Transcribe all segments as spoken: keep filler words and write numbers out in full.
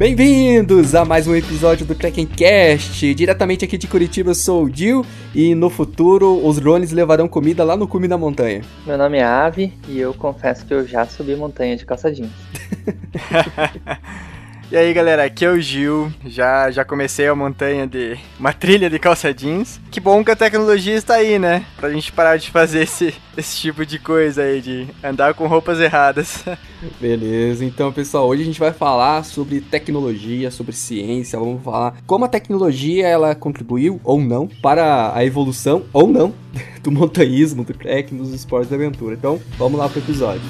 Bem-vindos a mais um episódio do Trekkincast. Diretamente aqui de Curitiba, eu sou o Gil e no futuro os drones levarão comida lá no cume da montanha. Meu nome é Avi e eu confesso que eu já subi montanha de calça jeans. E aí galera, aqui é o Gil, já, já comecei a montanha de uma trilha de calça jeans. Que bom que a tecnologia está aí, né? Pra gente parar de fazer esse, esse tipo de coisa aí, de andar com roupas erradas. Beleza, então pessoal, hoje a gente vai falar sobre tecnologia, sobre ciência, vamos falar como a tecnologia ela contribuiu ou não para a evolução ou não do montanhismo, do trekking, dos esportes de aventura. Então vamos lá pro episódio.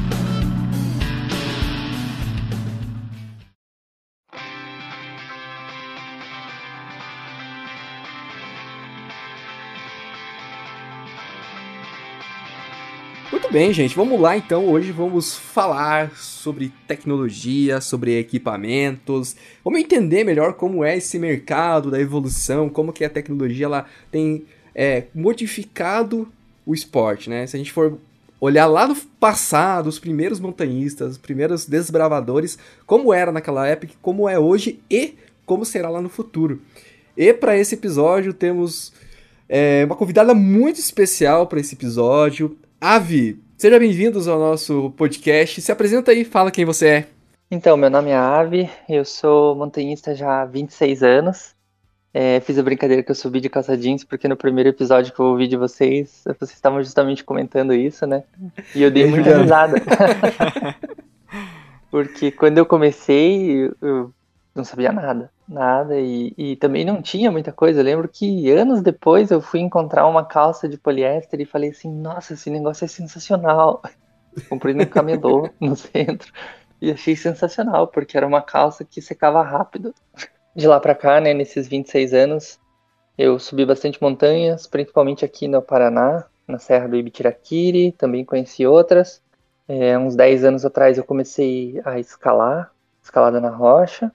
Muito bem, gente, vamos lá então. Hoje vamos falar sobre tecnologia, sobre equipamentos. Vamos entender melhor como é esse mercado da evolução, como que a tecnologia ela tem é, modificado o esporte, né? Se a gente for olhar lá no passado, os primeiros montanhistas, os primeiros desbravadores, como era naquela época, como é hoje e como será lá no futuro. E para esse episódio temos é, uma convidada muito especial para esse episódio. Avi, seja bem-vindos ao nosso podcast. Se apresenta aí, fala quem você é. Então, meu nome é Avi, eu sou montanhista já há vinte e seis anos. É, fiz a brincadeira que eu subi de calça jeans, porque no primeiro episódio que eu ouvi de vocês, vocês estavam justamente comentando isso, né? E eu dei Ei, muita Juliano. risada. Porque quando eu comecei, eu não sabia nada, nada, e, e também não tinha muita coisa. Eu lembro que anos depois eu fui encontrar uma calça de poliéster e falei assim, nossa, esse negócio é sensacional. Comprei no camelô, no centro, e achei sensacional, porque era uma calça que secava rápido. De lá pra cá, né, nesses vinte e seis anos, eu subi bastante montanhas, principalmente aqui no Paraná, na Serra do Ibitiraquiri, também conheci outras. É, uns dez anos atrás eu comecei a escalar, escalada na rocha,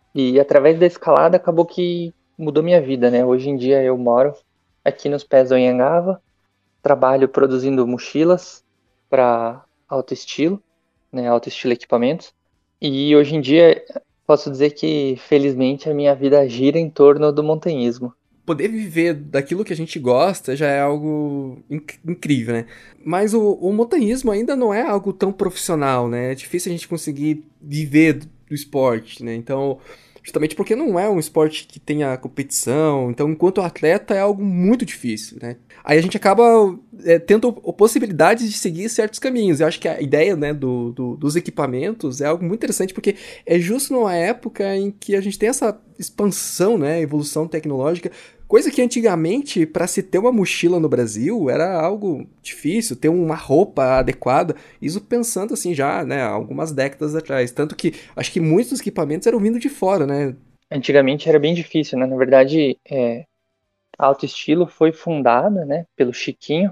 e através da escalada acabou que mudou minha vida, né? Hoje em dia eu moro aqui nos pés do Anhangava, trabalho produzindo mochilas para Alto Estilo, né? Alto Estilo Equipamentos. E hoje em dia posso dizer que, felizmente, a minha vida gira em torno do montanhismo. Poder viver daquilo que a gente gosta já é algo inc- incrível, né? Mas o, o montanhismo ainda não é algo tão profissional, né? É difícil a gente conseguir viver do, do esporte, né? Então, justamente porque não é um esporte que tenha competição, então enquanto atleta é algo muito difícil, né? Aí a gente acaba é, tendo possibilidades de seguir certos caminhos. Eu acho que a ideia, né, do, do- dos equipamentos é algo muito interessante, porque é justo numa época em que a gente tem essa expansão, né, evolução tecnológica, coisa que antigamente, para se ter uma mochila no Brasil, era algo difícil, ter uma roupa adequada, isso pensando assim já, né, algumas décadas atrás. Tanto que acho que muitos dos equipamentos eram vindo de fora, né? Antigamente era bem difícil, né? Na verdade, é, a Alto Estilo foi fundada, né, pelo Chiquinho,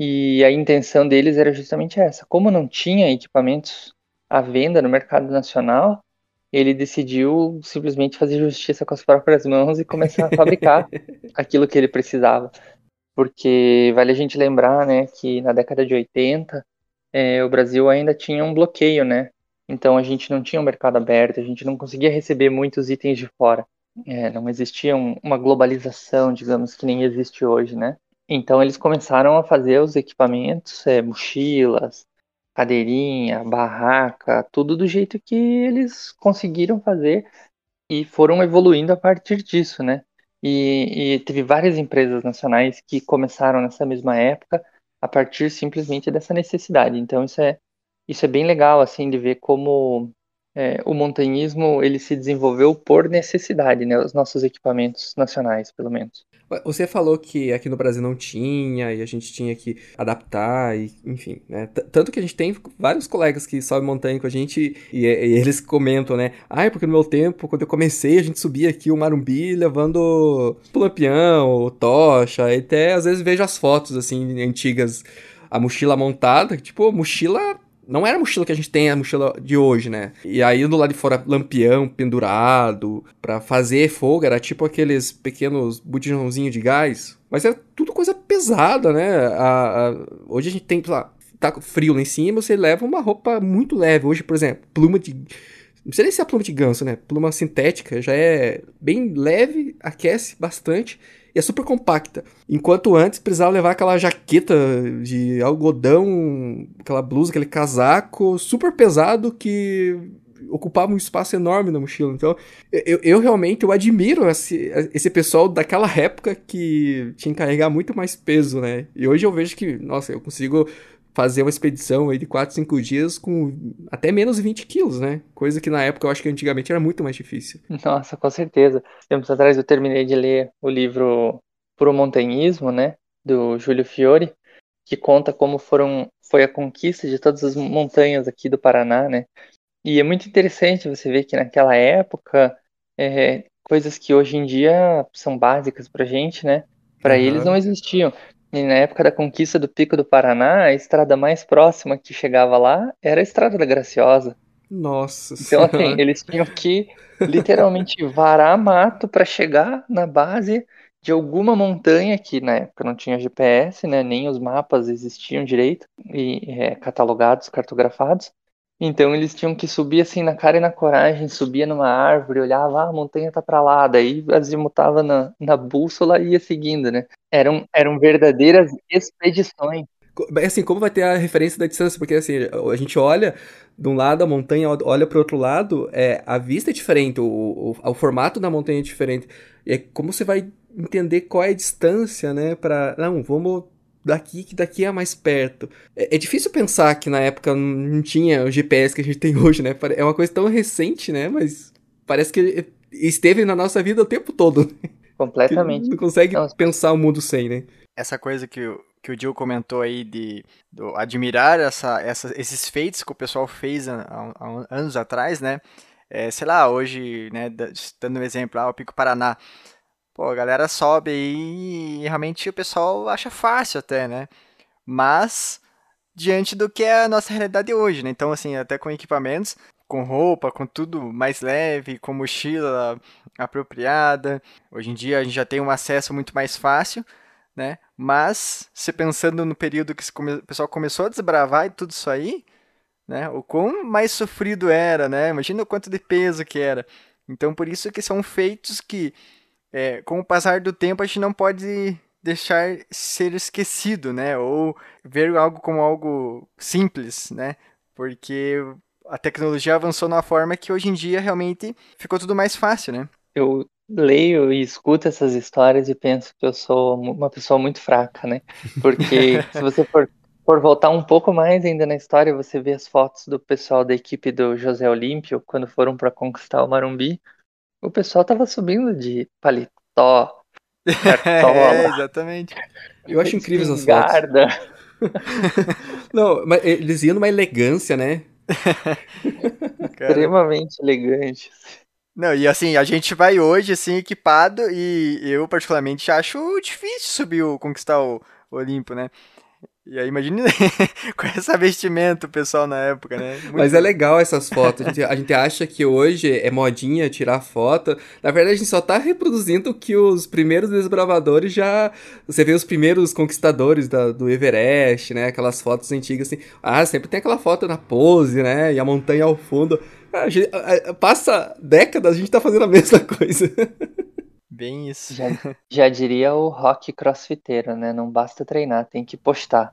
e a intenção deles era justamente essa. Como não tinha equipamentos à venda no mercado nacional, ele decidiu simplesmente fazer justiça com as próprias mãos e começar a fabricar aquilo que ele precisava. Porque vale a gente lembrar, né, que na década de oitenta, é, o Brasil ainda tinha um bloqueio, né? Então a gente não tinha um mercado aberto, a gente não conseguia receber muitos itens de fora. É, não existia um- uma globalização, digamos, que nem existe hoje, né? Então eles começaram a fazer os equipamentos, é, mochilas, cadeirinha, barraca, tudo do jeito que eles conseguiram fazer e foram evoluindo a partir disso, né? E, e teve várias empresas nacionais que começaram nessa mesma época a partir simplesmente dessa necessidade. Então isso é isso é bem legal assim de ver como é, o montanhismo ele se desenvolveu por necessidade, né? Os nossos equipamentos nacionais, pelo menos. Você falou que aqui no Brasil não tinha e a gente tinha que adaptar, e, enfim, né? T- Tanto que a gente tem vários colegas que sobem montanha com a gente e, e eles comentam, né? Ah, é porque no meu tempo, quando eu comecei, a gente subia aqui o Marumbi levando o lampião, o tocha, e até às vezes vejo as fotos, assim, antigas, a mochila montada, tipo, mochila. Não era a mochila que a gente tem, a mochila de hoje, né? E aí do lado de fora, lampião pendurado, pra fazer fogo, era tipo aqueles pequenos botijãozinhos de gás. Mas era tudo coisa pesada, né? A- a- hoje a gente tem, sei lá, tá frio lá em cima, você leva uma roupa muito leve. Hoje, por exemplo, pluma de Não precisa nem ser a pluma de ganso, né? Pluma sintética já é bem leve, aquece bastante e é super compacta. Enquanto antes precisava levar aquela jaqueta de algodão, aquela blusa, aquele casaco super pesado que ocupava um espaço enorme na mochila. Então, eu, eu realmente eu admiro esse, esse pessoal daquela época que tinha que carregar muito mais peso, né? E hoje eu vejo que, nossa, eu consigo fazer uma expedição aí de quatro, cinco dias com até menos de vinte quilos, né? Coisa que na época eu acho que antigamente era muito mais difícil. Nossa, com certeza. Tempos atrás eu terminei de ler o livro Pro Montanhismo, né, do Júlio Fiore, que conta como foram, foi a conquista de todas as montanhas aqui do Paraná, né? E é muito interessante você ver que naquela época, é, coisas que hoje em dia são básicas pra gente, né? Para eles não Aham. existiam. E na época da conquista do Pico do Paraná, a estrada mais próxima que chegava lá era a Estrada da Graciosa. Nossa Então, assim, senhora. eles tinham que literalmente varar mato para chegar na base de alguma montanha que na época não tinha G P S, né? Nem os mapas existiam direito e é, catalogados, cartografados. Então eles tinham que subir assim na cara e na coragem, subia numa árvore, olhava, ah, a montanha tá pra lá, daí azimutava na, na bússola e ia seguindo, né? Eram, eram verdadeiras expedições. Co- Assim, como vai ter a referência da distância? Porque assim, a gente olha de um lado a montanha, olha para o outro lado, é, a vista é diferente, o, o, o formato da montanha é diferente. E é como você vai entender qual é a distância, né? Para não, vamos daqui que daqui é mais perto. É, é difícil pensar que na época não tinha o G P S que a gente tem hoje, né? Pare- É uma coisa tão recente, né? Mas parece que esteve na nossa vida o tempo todo, né? Que Completamente. não consegue Não, pensar o mundo sem, né? Essa coisa que o, que o Gil comentou aí de do admirar essa, essa, esses feitos que o pessoal fez há, há- há anos atrás, né? É, sei lá, hoje, né, da- dando um exemplo, ah, o Pico Paraná. Pô, a galera sobe aí e realmente o pessoal acha fácil até, né? Mas diante do que é a nossa realidade hoje, né? Então, assim, até com equipamentos, com roupa, com tudo mais leve, com mochila apropriada. Hoje em dia a gente já tem um acesso muito mais fácil, né? Mas, se pensando no período que se come- o pessoal começou a desbravar e tudo isso aí, né? O quão mais sofrido era, né? Imagina o quanto de peso que era. Então, por isso que são feitos que é, com o passar do tempo, a gente não pode deixar ser esquecido, né? Ou ver algo como algo simples, né? Porque a tecnologia avançou de uma forma que hoje em dia realmente ficou tudo mais fácil, né? eu leio e escuto essas histórias e penso que eu sou mu- uma pessoa muito fraca, né? Porque se você for, for voltar um pouco mais ainda na história, você vê as fotos do pessoal da equipe do José Olímpio quando foram para conquistar o Marumbi. O pessoal tava subindo de paletó, É, cartola, exatamente. Eu acho incrível essas fotos. espingarda, Não, mas eles iam numa elegância, né? Cara. extremamente elegantes. Não, e assim, a gente vai hoje, assim, equipado, e eu, particularmente, acho difícil subir o, conquistar o, o Olimpo, né? E aí, imagine com essa vestimenta o pessoal na época, né? Mas é Muito. legal essas fotos. A gente, a gente acha que hoje é modinha tirar foto. Na verdade, a gente só tá reproduzindo o que os primeiros desbravadores já. Você vê os primeiros conquistadores da- do Everest, né? Aquelas fotos antigas assim. Ah, sempre tem aquela foto na pose, né? E a montanha ao fundo. Ah, a gente- a- a- passa décadas, a gente tá fazendo a mesma coisa. Bem isso. Já, já diria o rock crossfiteiro, né? Não basta treinar, tem que postar.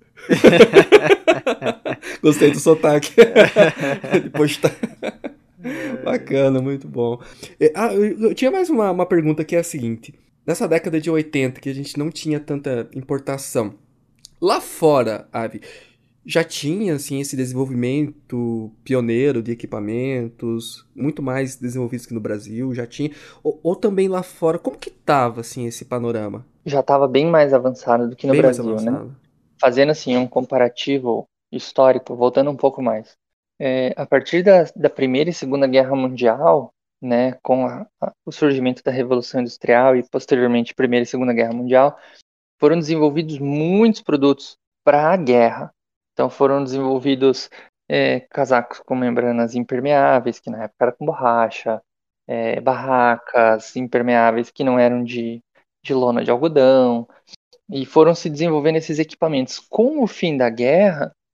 Gostei do sotaque. De postar. Bacana, muito bom. É, Ah, eu, eu tinha mais uma, uma pergunta que é a seguinte. Nessa década de oitenta, que a gente não tinha tanta importação, lá fora, Avi, já tinha, assim, esse desenvolvimento pioneiro de equipamentos, muito mais desenvolvidos que no Brasil, já tinha, ou, ou também lá fora, como que tava, assim, esse panorama? Já estava bem mais avançado do que no Bem mais Brasil, né? avançado. Fazendo assim um comparativo histórico, voltando um pouco mais. É, a partir da, da Primeira e Segunda Guerra Mundial, né, com a- a- o surgimento da Revolução Industrial e posteriormente Primeira e Segunda Guerra Mundial, foram desenvolvidos muitos produtos para a guerra. Então foram desenvolvidos é, casacos com membranas impermeáveis, que na época era com borracha, é, barracas impermeáveis que não eram de, de lona de algodão, e foram se desenvolvendo esses equipamentos. Com o fim da guerra,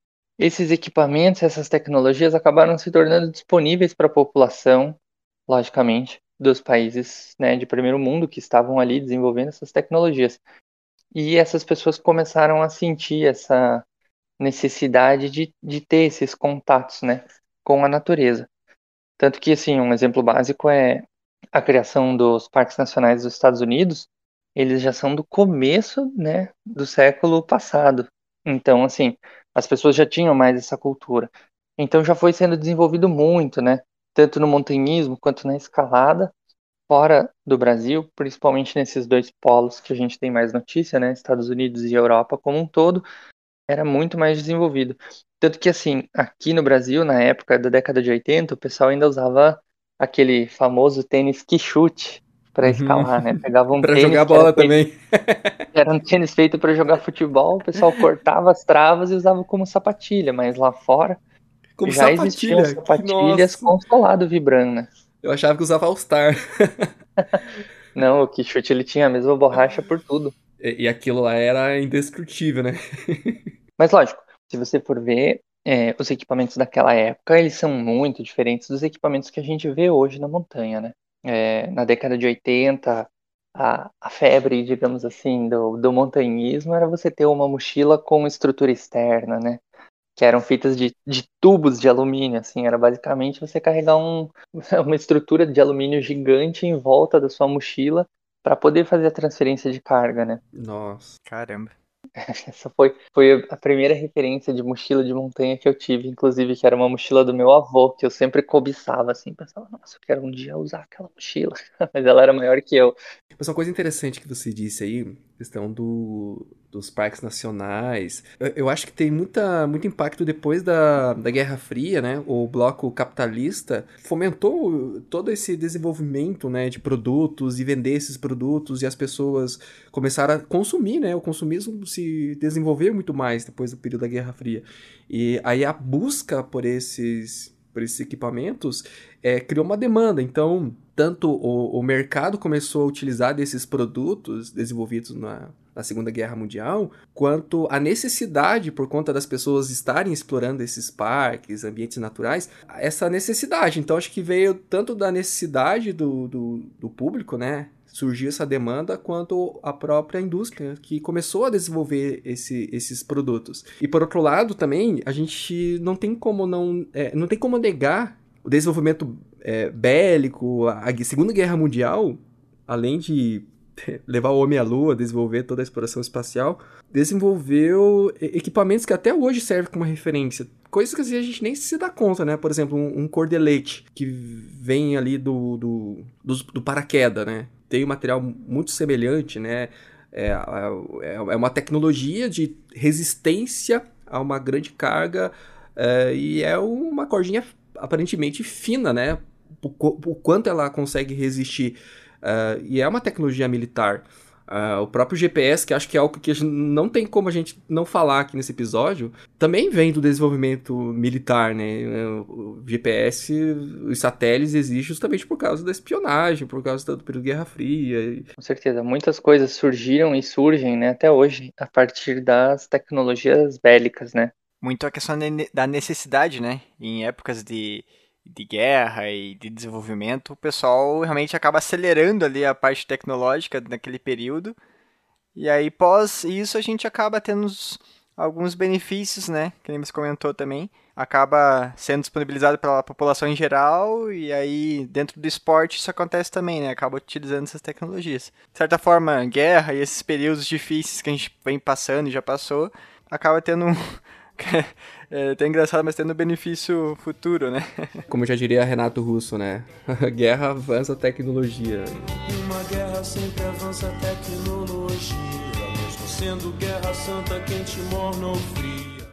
esses equipamentos, essas tecnologias acabaram se tornando disponíveis para a população, logicamente, dos países, né, de primeiro mundo que estavam ali desenvolvendo essas tecnologias. E essas pessoas começaram a sentir essa necessidade de, de ter esses contatos, né, com a natureza. Tanto que, assim, um exemplo básico é a criação dos parques nacionais dos Estados Unidos. Eles já são do começo, né, do século passado. Então, assim, as pessoas já tinham mais essa cultura. Então já foi sendo desenvolvido muito, né, tanto no montanhismo quanto na escalada, fora do Brasil, principalmente nesses dois polos que a gente tem mais notícia, né, Estados Unidos e Europa como um todo, era muito mais desenvolvido. Tanto que, assim, aqui no Brasil, na época da década de oitenta, o pessoal ainda usava aquele famoso tênis que chute para Uhum. escalar, né? Pegava um Pra tênis jogar que era bola feito, também. era um tênis feito para jogar futebol, o pessoal cortava as travas e usava como sapatilha, mas lá fora Como já existiam sapatilha. Que sapatilhas nossa. com solado vibrando, né? Eu achava que usava All Star. Não, o que chute ele tinha a mesma borracha por tudo. E, e aquilo lá era indestrutível, né? Mas lógico, se você for ver, é, os equipamentos daquela época, eles são muito diferentes dos equipamentos que a gente vê hoje na montanha, né? É, na década de oitenta, a, a febre, digamos assim, do, do montanhismo era você ter uma mochila com estrutura externa, né? Que eram feitas de, de tubos de alumínio, assim, era basicamente você carregar um, uma estrutura de alumínio gigante em volta da sua mochila para poder fazer a transferência de carga, né? Nossa. Caramba. Essa foi, foi a primeira referência de mochila de montanha que eu tive, inclusive, que era uma mochila do meu avô, que eu sempre cobiçava, assim, pensava, nossa, eu quero um dia usar aquela mochila, mas ela era maior que eu. Mas uma coisa interessante que você disse aí, questão do, dos parques nacionais, eu, eu acho que tem muita, muito impacto depois da, da Guerra Fria, né? O bloco capitalista fomentou todo esse desenvolvimento, né, de produtos e vender esses produtos e as pessoas começaram a consumir, né? O consumismo se desenvolveu muito mais depois do período da Guerra Fria. E aí a busca por esses, por esses equipamentos é, criou uma demanda. Então, tanto o, o mercado começou a utilizar desses produtos desenvolvidos na, na Segunda Guerra Mundial, quanto a necessidade, por conta das pessoas estarem explorando esses parques, ambientes naturais, essa necessidade. Então, acho que veio tanto da necessidade do, do, do público, né? Surgiu essa demanda, quanto a própria indústria, que começou a desenvolver esse, esses produtos. E, por outro lado, também, a gente não tem como, não, é, não tem como negar o desenvolvimento é, bélico, a Segunda Guerra Mundial, além de levar o homem à lua, desenvolver toda a exploração espacial, desenvolveu equipamentos que até hoje servem como referência. Coisas que a gente nem se dá conta, né? Por exemplo, um, um cordelete que vem ali do, do, do, do paraquedas, né? Tem um material muito semelhante, né? É, é, é uma tecnologia de resistência a uma grande carga é, e é uma cordinha aparentemente fina, né? O, o quanto ela consegue resistir. Uh, e é uma tecnologia militar. Uh, o próprio G P S, que acho que é algo que não tem como a gente não falar aqui nesse episódio, também vem do desenvolvimento militar, né? O G P S, os satélites existem justamente por causa da espionagem, por causa do período de Guerra Fria. Com certeza, muitas coisas surgiram e surgem, né, até hoje, a partir das tecnologias bélicas, né? Muito a questão da necessidade, né? Em épocas de, de guerra e de desenvolvimento, o pessoal realmente acaba acelerando ali a parte tecnológica naquele período. E aí, pós isso, a gente acaba tendo alguns benefícios, né? Que nem você comentou também. Acaba sendo disponibilizado pela população em geral, e aí, dentro do esporte, isso acontece também, né? Acaba utilizando essas tecnologias. De certa forma, guerra e esses períodos difíceis que a gente vem passando e já passou, acaba tendo um... É até engraçado, mas tendo benefício futuro, né? Como já diria Renato Russo, né? A guerra avança a tecnologia. E uma guerra sempre avança a tecnologia, mesmo sendo guerra santa, quente, morna ou fria.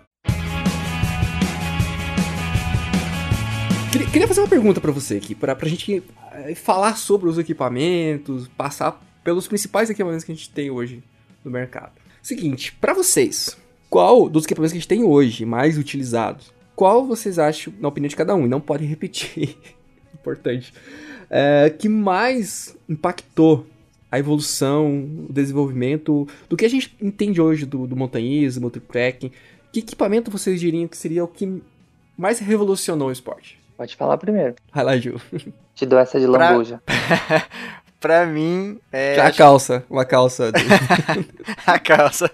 Queria, queria fazer uma pergunta pra você aqui, pra, pra gente falar sobre os equipamentos, passar pelos principais equipamentos que a gente tem hoje no mercado. Seguinte, pra vocês... Qual dos equipamentos que a gente tem hoje, mais utilizados, qual vocês acham, na opinião de cada um, e não podem repetir, importante, é, que mais impactou a evolução, o desenvolvimento do que a gente entende hoje do, do montanhismo, do trekking, Que equipamento vocês diriam que seria o que mais revolucionou o esporte? Pode falar primeiro. Vai lá, Gil. Te dou essa de Pra- lambuja. Pra mim, é... A acho- calça, uma calça. de- a calça.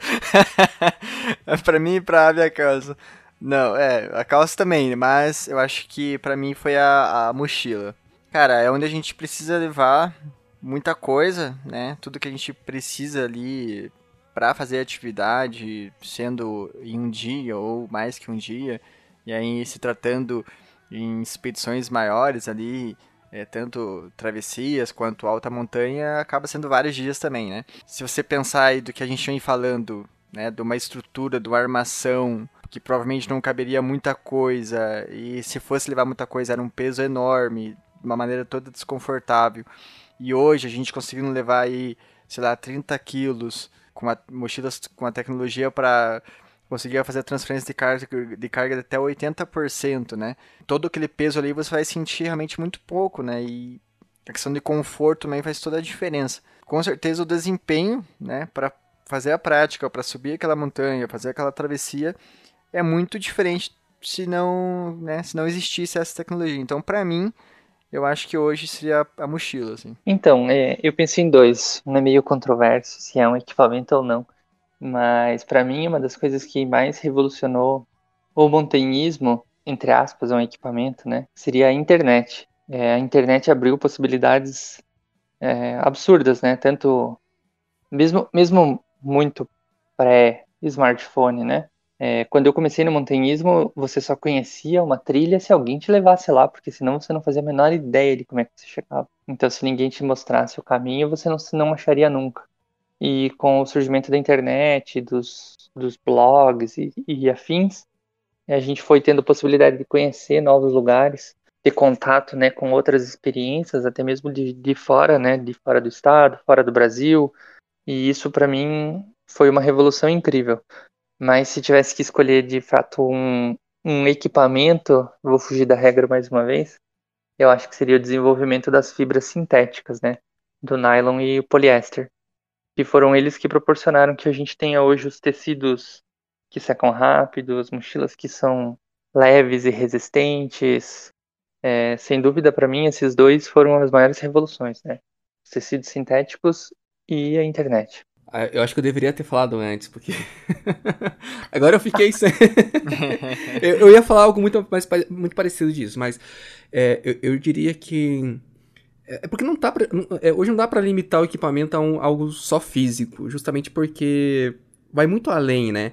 Pra mim e pra Ave a calça. Não, é, a calça também, mas eu acho que pra mim foi a, a mochila. Cara, é onde a gente precisa levar muita coisa, né? Tudo que a gente precisa ali pra fazer a atividade, sendo em um dia ou mais que um dia, e aí se tratando em expedições maiores ali, é, tanto travessias quanto alta montanha, acaba sendo vários dias também, né? Se você pensar aí do que a gente vem falando, né, de uma estrutura, de uma armação, que provavelmente não caberia muita coisa, e se fosse levar muita coisa era um peso enorme, de uma maneira toda desconfortável. E hoje a gente conseguindo levar aí, sei lá, trinta quilos, com a, mochilas com a tecnologia para conseguir fazer a transferência de carga, de carga de até oitenta por cento, né? Todo aquele peso ali você vai sentir realmente muito pouco, né? E a questão de conforto também faz toda a diferença. Com certeza o desempenho, né, para fazer a prática, para subir aquela montanha, fazer aquela travessia, é muito diferente se não, né, se não existisse essa tecnologia. Então, para mim, eu acho que hoje seria a mochila, assim. Então, é, eu penso em dois. Um é meio controverso, se é um equipamento ou não. Mas, pra mim, uma das coisas que mais revolucionou o montanhismo, entre aspas, é um equipamento, né? Seria a internet. É, a internet abriu possibilidades é, absurdas, né? Tanto, mesmo, mesmo muito pré-smartphone, né? É, quando eu comecei no montanhismo, você só conhecia uma trilha se alguém te levasse lá, porque senão você não fazia a menor ideia de como é que você chegava. Então, se ninguém te mostrasse o caminho, você não, não acharia nunca. E com o surgimento da internet, dos, dos blogs e, e afins, a gente foi tendo possibilidade de conhecer novos lugares, ter contato, né, com outras experiências, até mesmo de, de fora, né, de fora do estado, fora do Brasil. E isso, para mim, foi uma revolução incrível. Mas se tivesse que escolher de fato um, um equipamento, vou fugir da regra mais uma vez, eu acho que seria o desenvolvimento das fibras sintéticas, né? Do nylon e o poliéster. Que foram eles que proporcionaram que a gente tenha hoje os tecidos que secam rápido, as mochilas que são leves e resistentes. É, sem dúvida, para mim, esses dois foram as maiores revoluções, né? Os tecidos sintéticos e a internet. Ah, eu acho que eu deveria ter falado antes, porque agora eu fiquei sem. eu, eu ia falar algo muito, mais, pare- muito parecido disso, mas é, eu, eu diria que é é porque não tá pra, não- é, hoje não dá pra limitar o equipamento a um- algo só físico, justamente porque vai muito além, né?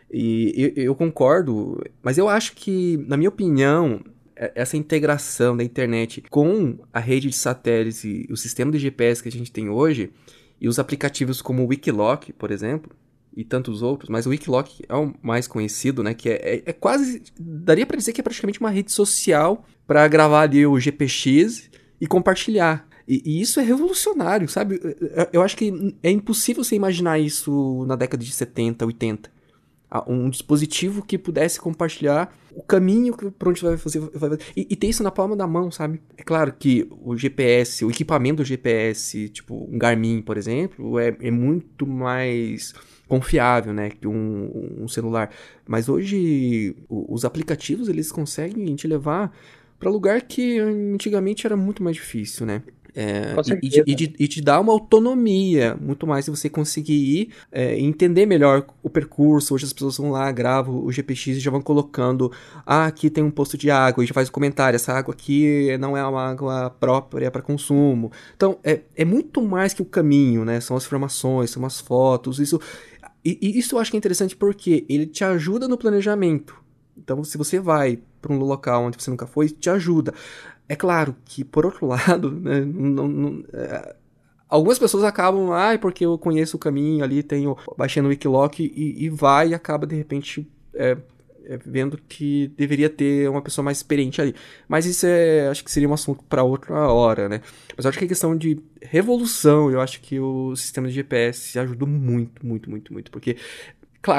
E eu, eu concordo, mas eu acho que, na minha opinião, é- essa integração da internet com a rede de satélites e o sistema de G P S que a gente tem hoje, e os aplicativos como o Wikiloc, por exemplo, e tantos outros, mas o Wikiloc é o mais conhecido, né? Que é, é, é quase, daria pra dizer que é praticamente uma rede social pra gravar ali o G P X e compartilhar. E, e isso é revolucionário, sabe? Eu, eu acho que é impossível você imaginar isso na década de setenta, oitenta. Ah, um dispositivo que pudesse compartilhar o caminho que- por onde você vai fazer. Vai fazer. E, e ter isso na palma da mão, sabe? É claro que o G P S, o equipamento do G P S, tipo um Garmin, por exemplo, é, é muito mais confiável, né, que um, um celular. Mas hoje o- os aplicativos eles conseguem te levar para lugar que antigamente era muito mais difícil, né? É, Com e, e, certeza. te- e te- e te dá uma autonomia muito mais se você conseguir ir é, e entender melhor o percurso. Hoje as pessoas vão lá, gravam o G P X e já vão colocando: ah, aqui tem um posto de água, e já faz o comentário: essa água aqui não é uma água própria para consumo. Então é, é muito mais que o caminho, né? São as informações, são as fotos. Isso, e, e isso eu acho que é interessante porque ele te ajuda no planejamento. Então, se você vai para um local onde você nunca foi, te ajuda. É claro que, por outro lado, né, não- não- é, algumas pessoas acabam, ah, porque eu conheço o caminho ali, tenho, baixei no Wikiloc e, e vai e acaba, de repente, é, é, vendo que deveria ter uma pessoa mais experiente ali. Mas isso é, acho que seria um assunto para outra hora, né? Mas eu acho que a questão de revolução, eu acho que o sistema de G P S ajudou muito, muito, muito, muito. Porque, claro,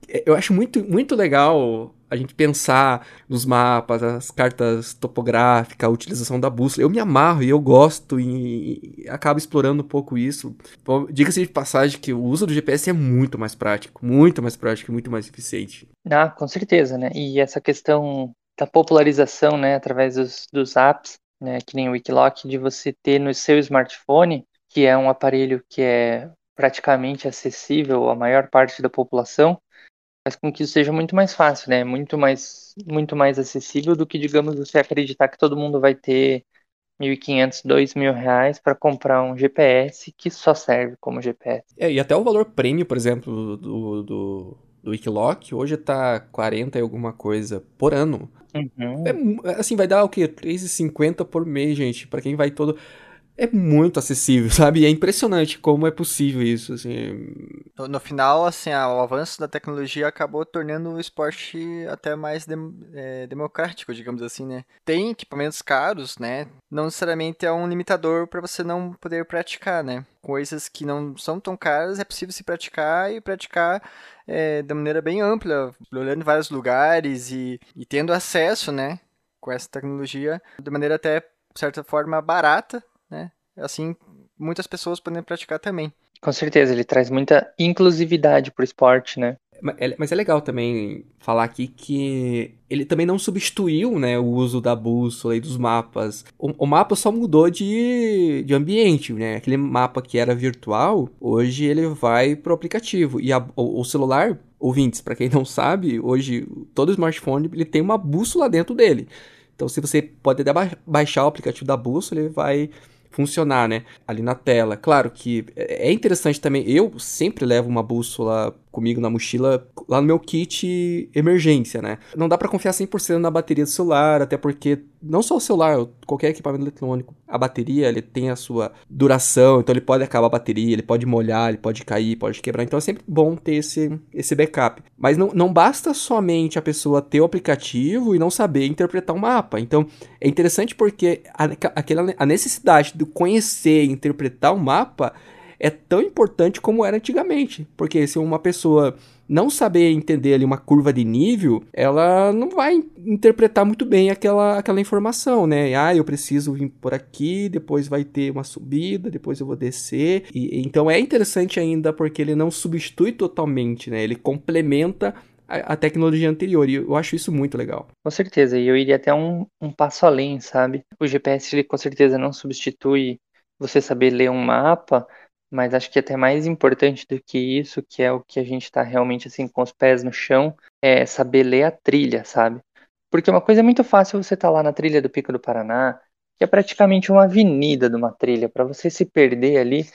Eu acho muito, muito legal a gente pensar nos mapas, as cartas topográficas, a utilização da bússola. Eu me amarro e eu gosto e, e acabo explorando um pouco isso. Bom, diga-se de passagem que o uso do G P S é muito mais prático, muito mais prático e muito mais eficiente. Ah, com certeza, né? E essa questão da popularização, né, através dos, dos apps, né, que nem o Wikiloc, de você ter no seu smartphone, que é um aparelho que é praticamente acessível à maior parte da população, faz com que isso seja muito mais fácil, né? Muito mais, muito mais acessível do que, digamos, você acreditar que todo mundo vai ter mil e quinhentos, dois mil reais para comprar um G P S que só serve como G P S. É, e até o valor prêmio, por exemplo, do, do, do Wikiloc, hoje tá quarenta e alguma coisa por ano. Uhum. É, mu- assim, vai dar o quê? três reais e cinquenta por mês, gente. Pra quem vai todo... É muito acessível, sabe? E é impressionante como é possível isso, assim. No, no final, assim, a- o avanço da tecnologia acabou tornando o esporte até mais dem- é, democrático, digamos assim, né? Tem equipamentos caros, né? Não necessariamente é um limitador para você não poder praticar, né? Coisas que não são tão caras, é possível se praticar e praticar é, de maneira bem ampla, olhando em vários lugares e, e tendo acesso, né? Com essa tecnologia, de maneira até, de certa forma, barata, né? Assim, muitas pessoas podem praticar também. Com certeza, ele traz muita inclusividade pro esporte, né? Ma- é- Mas é legal também falar aqui que ele também não substituiu, né, o uso da bússola e dos mapas. O, o mapa só mudou de, de ambiente, né? Aquele mapa que era virtual, hoje ele vai pro aplicativo. E a- o, o celular, ouvintes, para quem não sabe, hoje todo smartphone ele tem uma bússola dentro dele. Então, se você pode até ba- baixar o aplicativo da bússola, ele vai funcionar, né? Ali na tela. Claro que é interessante também. Eu sempre levo uma bússola comigo na mochila, lá no meu kit emergência, né? Não dá pra confiar cem por cento na bateria do celular, até porque não só o celular, qualquer equipamento eletrônico, a bateria, ele tem a sua duração, então ele pode acabar a bateria, ele pode molhar, ele pode cair, pode quebrar, então é sempre bom ter esse, esse backup. Mas não, não basta somente a pessoa ter o aplicativo e não saber interpretar o mapa. Então é interessante porque a, aquela, a necessidade de conhecer e interpretar o mapa é tão importante como era antigamente. Porque se uma pessoa não saber entender ali uma curva de nível, ela não vai interpretar muito bem aquela, aquela informação, né? Ah, eu preciso vir por aqui, depois vai ter uma subida, depois eu vou descer. E, então é interessante ainda porque ele não substitui totalmente, né? Ele complementa a, a tecnologia anterior. E eu acho isso muito legal. Com certeza, e eu iria até um, um passo além, sabe? O G P S, ele com certeza não substitui você saber ler um mapa, mas acho que até mais importante do que isso, que é o que a gente está realmente assim com os pés no chão, é saber ler a trilha, sabe? Porque uma coisa é muito fácil você estar lá na trilha do Pico do Paraná, que é praticamente uma avenida de uma trilha, para você se perder ali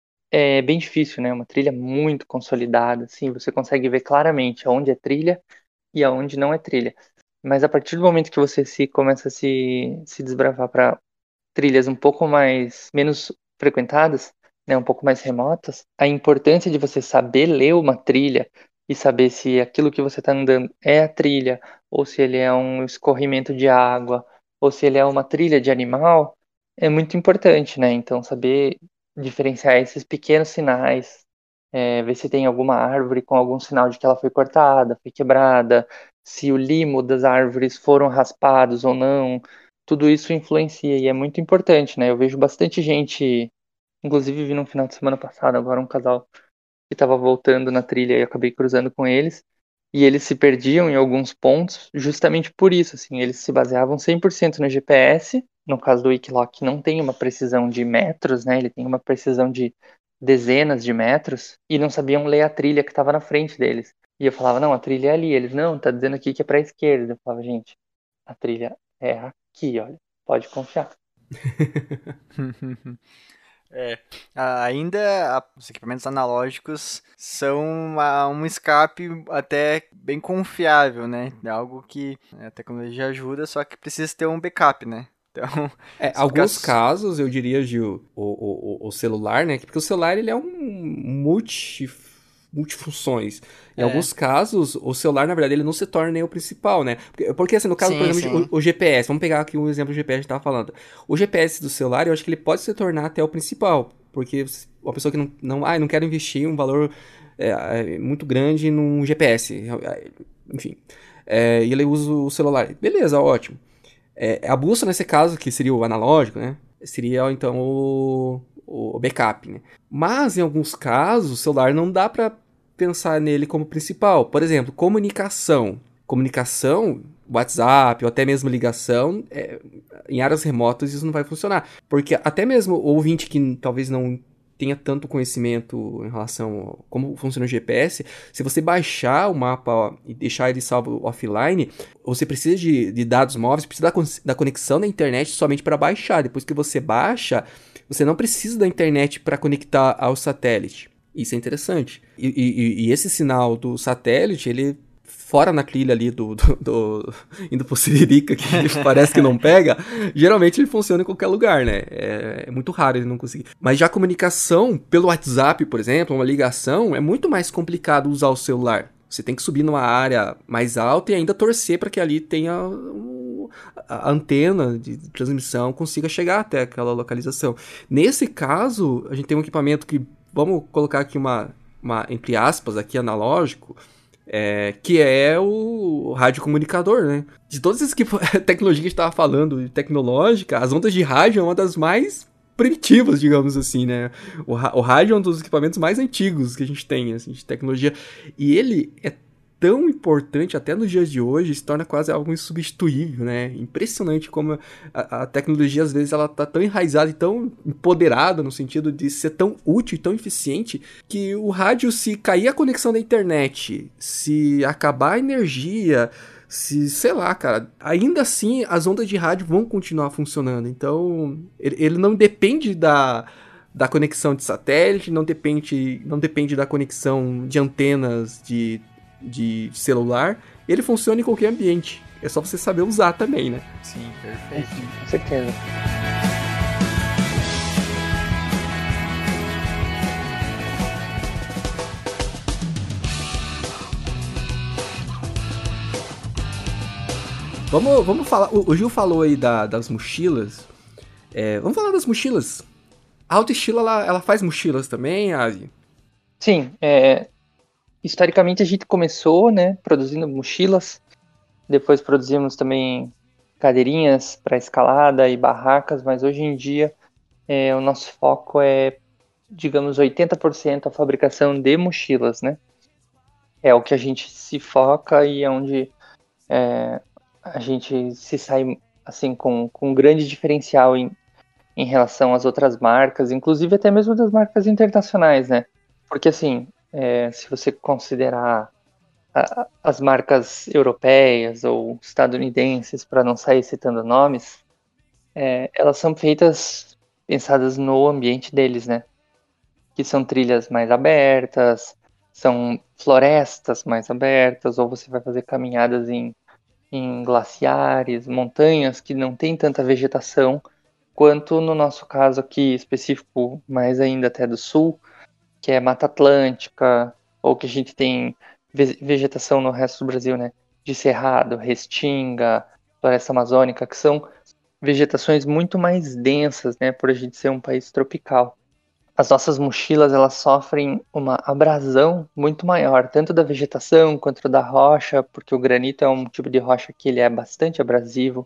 é bem difícil, né? Uma trilha muito consolidada, assim, você consegue ver claramente aonde é trilha e aonde não é trilha. Mas a partir do momento que você se começa a se, se desbravar para trilhas um pouco mais menos frequentadas, né, um pouco mais remotas, a importância de você saber ler uma trilha e saber se aquilo que você está andando é a trilha, ou se ele é um escorrimento de água, ou se ele é uma trilha de animal, é muito importante, né? Então, saber diferenciar esses pequenos sinais, é, ver se tem alguma árvore com algum sinal de que ela foi cortada, foi quebrada, se o limo das árvores foram raspados ou não, tudo isso influencia e é muito importante, né? Eu vejo bastante gente, inclusive vi no final de semana passado agora um casal que estava voltando na trilha e eu acabei cruzando com eles, e eles se perdiam em alguns pontos justamente por isso, assim, eles se baseavam cem por cento no G P S, no caso do Wikiloc não tem uma precisão de metros, né? Ele tem uma precisão de dezenas de metros e não sabiam ler a trilha que estava na frente deles. E eu falava, não, a trilha é ali. Eles, não, tá dizendo aqui que é para a esquerda. Eu falava, gente, a trilha é aqui, olha, pode confiar. É, a- ainda a- os equipamentos analógicos são uma- um escape até bem confiável, né? É algo que a tecnologia ajuda, só que precisa ter um backup, né? Então, É, se ficar alguns s- casos, eu diria, Gil, o, o, o o celular, né? Porque o celular, ele é um multi, multifunções. Em é, alguns casos, o celular, na verdade, ele não se torna nem o principal, né? Porque, porque, assim, no caso, por sim, exemplo, sim. o, o G P S, vamos pegar aqui um exemplo do G P S que a gente tava falando. O G P S do celular, eu acho que ele pode se tornar até o principal. Porque uma pessoa que não, não, ah, não quero investir um valor é, é muito grande num G P S, enfim, é, e ele usa o celular. Beleza, ótimo. É, a bússola, nesse caso, que seria o analógico, né, seria, então, o, o backup, né? Mas, em alguns casos, o celular não dá para pensar nele como principal. Por exemplo, comunicação. Comunicação, WhatsApp ou até mesmo ligação, é, em áreas remotas isso não vai funcionar. Porque até mesmo o ouvinte que talvez não tenha tanto conhecimento em relação a como funciona o G P S, se você baixar o mapa ó, e deixar ele salvo offline, você precisa de, de dados móveis, precisa da, da conexão da internet somente para baixar. Depois que você baixa, você não precisa da internet para conectar ao satélite. Isso é interessante. E, e, e esse sinal do satélite, ele fora na trilha ali do, do, do indo pro Siririca, que parece que não pega, geralmente ele funciona em qualquer lugar, né? É, é muito raro ele não conseguir. Mas já a comunicação pelo WhatsApp, por exemplo, uma ligação, é muito mais complicado usar o celular. Você tem que subir numa área mais alta e ainda torcer para que ali tenha um, a antena de transmissão consiga chegar até aquela localização. Nesse caso, a gente tem um equipamento que, vamos colocar aqui uma, uma entre aspas, aqui analógico, É, que é o radiocomunicador, né? De todas essas tecnologias que a gente estava falando, tecnológica, as ondas de rádio é uma das mais primitivas, digamos assim, né? O, o rádio é um dos equipamentos mais antigos que a gente tem, assim, de tecnologia. E ele é tão importante, até nos dias de hoje, se torna quase algo insubstituível, né? Impressionante como a, a tecnologia, às vezes, ela tá tão enraizada e tão empoderada, no sentido de ser tão útil e tão eficiente, que o rádio, se cair a conexão da internet, se acabar a energia, se, sei lá, cara, ainda assim, as ondas de rádio vão continuar funcionando. Então, ele, ele não depende da... da conexão de satélite, não depende, não depende da conexão de antenas de de celular, ele funciona em qualquer ambiente. É só você saber usar também, né? Sim, perfeito. Com certeza. Vamos, vamos falar... O, o Gil falou aí da, das mochilas. É, vamos falar das mochilas. A Autoestilo, ela, ela faz mochilas também, Asi? Sim, é... historicamente a gente começou, né, produzindo mochilas, depois produzimos também cadeirinhas para escalada e barracas, mas hoje em dia é, o nosso foco é, digamos, oitenta por cento a fabricação de mochilas, né? É o que a gente se foca e é onde é, a gente se sai assim com, com um grande diferencial em, em relação às outras marcas, inclusive até mesmo das marcas internacionais, né? Porque assim, É, se você considerar a, as marcas europeias ou estadunidenses, para não sair citando nomes, é, elas são feitas, pensadas no ambiente deles, né? Que são trilhas mais abertas, são florestas mais abertas, ou você vai fazer caminhadas em, em glaciares, montanhas que não tem tanta vegetação, quanto no nosso caso aqui específico, mais ainda até do sul, que é Mata Atlântica, ou que a gente tem vegetação no resto do Brasil, né? De Cerrado, Restinga, Floresta Amazônica, que são vegetações muito mais densas, né? Por a gente ser um país tropical. As nossas mochilas, elas sofrem uma abrasão muito maior, tanto da vegetação quanto da rocha, porque o granito é um tipo de rocha que ele é bastante abrasivo.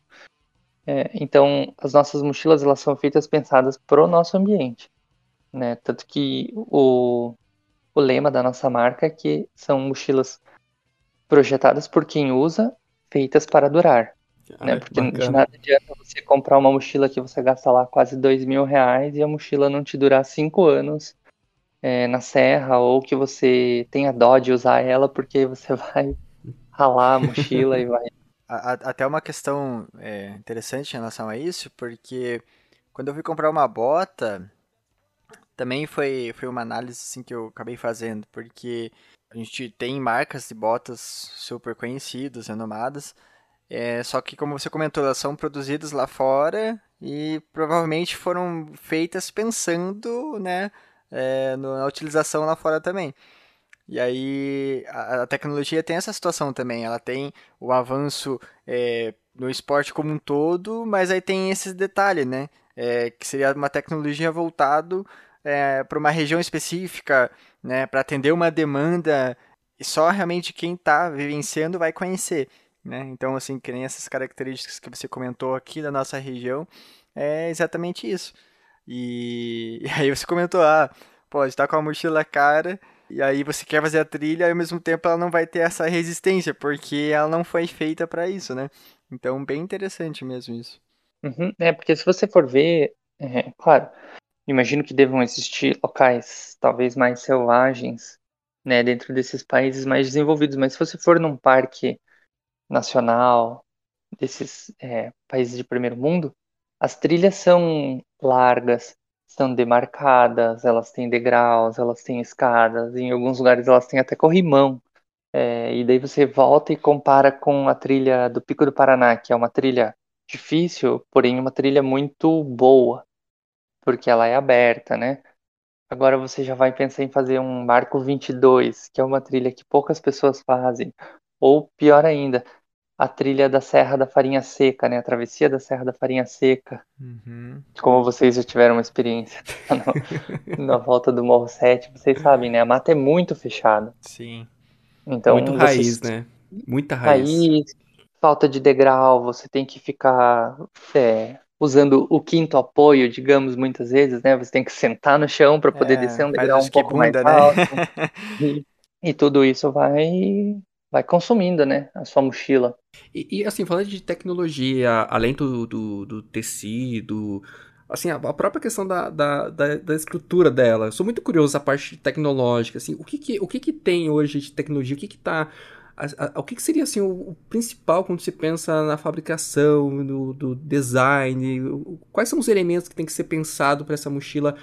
É, então, as nossas mochilas, elas são feitas pensadas para o nosso ambiente. Né? Tanto que o, o lema da nossa marca é que são mochilas projetadas por quem usa, feitas para durar. Ah, Né? Porque bacana. de nada adianta você comprar uma mochila que você gasta lá quase dois mil reais e a mochila não te durar cinco anos é, na serra, ou que você tenha dó de usar ela porque você vai ralar a mochila e vai... A- a- Até uma questão é, interessante em relação a isso, porque quando eu fui comprar uma bota, também foi, foi uma análise assim, que eu acabei fazendo, porque a gente tem marcas de botas super conhecidas, renomadas, é, só que, como você comentou, elas são produzidas lá fora e provavelmente foram feitas pensando, né, é, no- na utilização lá fora também. E aí a, a tecnologia tem essa situação também, ela tem o avanço é, no esporte como um todo, mas aí tem esses detalhes, né? É, que seria uma tecnologia voltado para uma região específica, né, para atender uma demanda e só realmente quem está vivenciando vai conhecer, né? Então, assim, que nem essas características que você comentou aqui da nossa região, é exatamente isso. E, e aí você comentou, ah, pô, você tá com a mochila cara, e aí você quer fazer a trilha, e ao mesmo tempo ela não vai ter essa resistência, porque ela não foi feita para isso, né? Então, bem interessante mesmo isso. Uhum. É, porque se você for ver, é, claro, imagino que devam existir locais talvez mais selvagens, né, dentro desses países mais desenvolvidos, mas se você for num parque nacional desses é, países de primeiro mundo, as trilhas são largas, são demarcadas, elas têm degraus, elas têm escadas, em alguns lugares elas têm até corrimão. É, e daí você volta e compara com a trilha do Pico do Paraná, que é uma trilha difícil, porém uma trilha muito boa, porque ela é aberta, né? Agora você já vai pensar em fazer um Marco vinte e dois, que é uma trilha que poucas pessoas fazem. Ou pior ainda, a trilha da Serra da Farinha Seca, né? A travessia da Serra da Farinha Seca. Uhum. Como vocês já tiveram uma experiência no- na volta do Morro Sete, vocês sabem, né? A mata é muito fechada. Sim. Muito Então, raiz, vocês né? Muita raiz. aí, falta de degrau, você tem que ficar é, usando o quinto apoio, digamos, muitas vezes, né? Você tem que sentar no chão para poder É, descer um faz degrau os um pouco mais bunda, né? alto. E, e tudo isso vai, vai consumindo, né? A sua mochila. E, e, assim, falando de tecnologia, além do, do, do tecido, assim, a, a própria questão da, da, da, da estrutura dela. Eu sou muito curioso da parte tecnológica, assim, o que que, o que que tem hoje de tecnologia? O que que tá... a- a- o que que seria, assim, o, o principal quando se pensa na fabricação, do, do design? O- Quais são os elementos que tem que ser pensado para essa mochila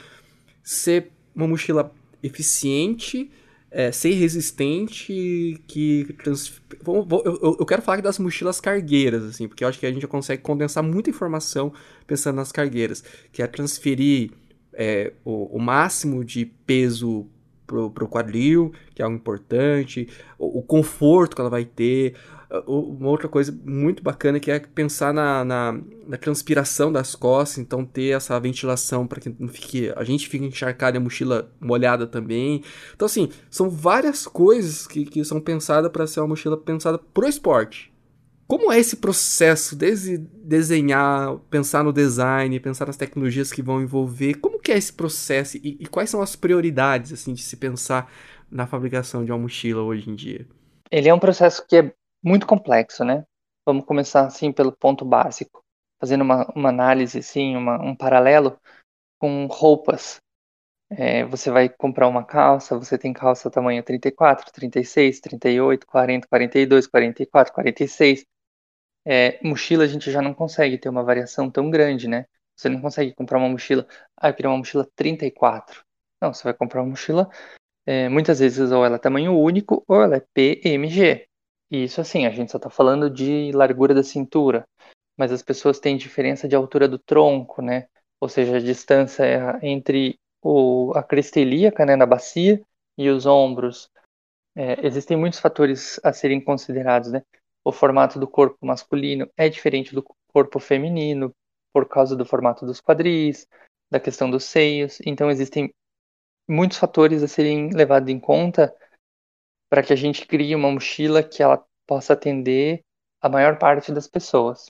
ser uma mochila eficiente, é, ser resistente, que trans... vou- vou- eu, eu quero falar das mochilas cargueiras, assim, porque eu acho que a gente já consegue condensar muita informação pensando nas cargueiras, que é transferir é, o, o máximo de peso pro, pro quadril, que é algo importante, o, o conforto que ela vai ter. Uh, Uma outra coisa muito bacana que é pensar na, na, na transpiração das costas, então ter essa ventilação para que não fique, a gente fique encharcado e a mochila molhada também. Então, assim, são várias coisas que, que são pensadas para ser uma mochila pensada pro esporte. Como é esse processo, desde desenhar, pensar no design, pensar nas tecnologias que vão envolver, como que é esse processo e, e quais são as prioridades, assim, de se pensar na fabricação de uma mochila hoje em dia? Ele é um processo que é muito complexo, né? Vamos começar, assim, pelo ponto básico. Fazendo uma, uma análise, assim, uma, um paralelo com roupas. É, você vai comprar uma calça, você tem calça tamanho trinta e quatro, trinta e seis, trinta e oito, quarenta, quarenta e dois, quarenta e quatro, quarenta e seis. É, mochila a gente já não consegue ter uma variação tão grande, né? Você não consegue comprar uma mochila, ah, eu queria uma mochila trinta e quatro. Não, você vai comprar uma mochila, é, muitas vezes ou ela é tamanho único ou ela é P M G. E isso assim, a gente só está falando de largura da cintura, mas as pessoas têm diferença de altura do tronco, né? Ou seja, a distância é entre o, a crista ilíaca, né, na bacia, e os ombros. É, existem muitos fatores a serem considerados, né? O formato do corpo masculino é diferente do corpo feminino, por causa do formato dos quadris, da questão dos seios. Então, existem muitos fatores a serem levados em conta para que a gente crie uma mochila que ela possa atender a maior parte das pessoas.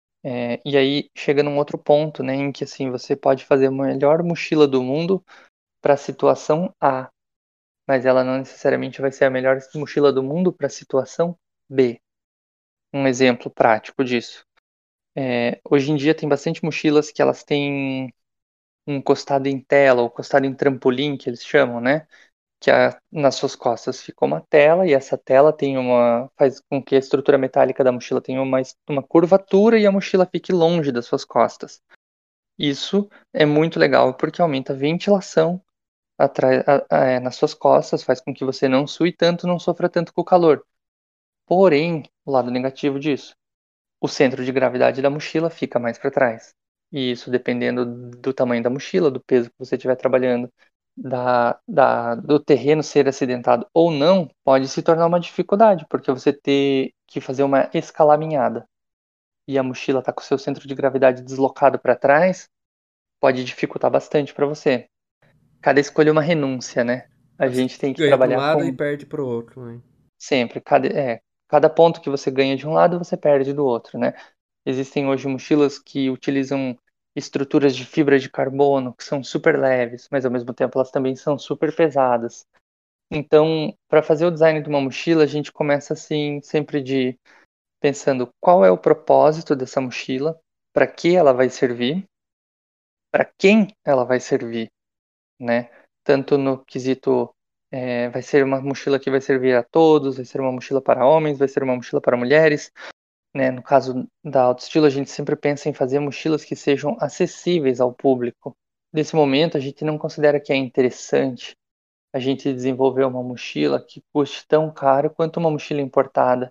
É, e aí chega num outro ponto, né, em que assim você pode fazer a melhor mochila do mundo para a situação A, mas ela não necessariamente vai ser a melhor mochila do mundo para a situação B. Um exemplo prático disso. É, hoje em dia tem bastante mochilas que elas têm um costado em tela ou costado em trampolim, que eles chamam, né? Que a, nas suas costas fica uma tela e essa tela tem uma faz com que a estrutura metálica da mochila tenha uma, uma curvatura e a mochila fique longe das suas costas. Isso é muito legal porque aumenta a ventilação atra- a- a- é, nas suas costas, faz com que você não sue tanto, não sofra tanto com o calor. Porém, o lado negativo disso, o centro de gravidade da mochila fica mais para trás. E isso, dependendo do tamanho da mochila, do peso que você estiver trabalhando, da, da, do terreno ser acidentado ou não, pode se tornar uma dificuldade, porque você ter que fazer uma escalaminhada e a mochila está com o seu centro de gravidade deslocado para trás, pode dificultar bastante para você. Cada escolha é uma renúncia, né? A gente tem que Ganha para um trabalhar lado e com perde para o outro, né? sempre, cada, é, cada ponto que você ganha de um lado, você perde do outro, né? Existem hoje mochilas que utilizam estruturas de fibra de carbono, que são super leves, mas ao mesmo tempo elas também são super pesadas. Então, para fazer o design de uma mochila, a gente começa assim, sempre de pensando qual é o propósito dessa mochila, para que ela vai servir, para quem ela vai servir, né? Tanto no quesito, é, vai ser uma mochila que vai servir a todos, vai ser uma mochila para homens, vai ser uma mochila para mulheres, né? No caso da autoestilo, a gente sempre pensa em fazer mochilas que sejam acessíveis ao público. Nesse momento, a gente não considera que é interessante a gente desenvolver uma mochila que custe tão caro quanto uma mochila importada.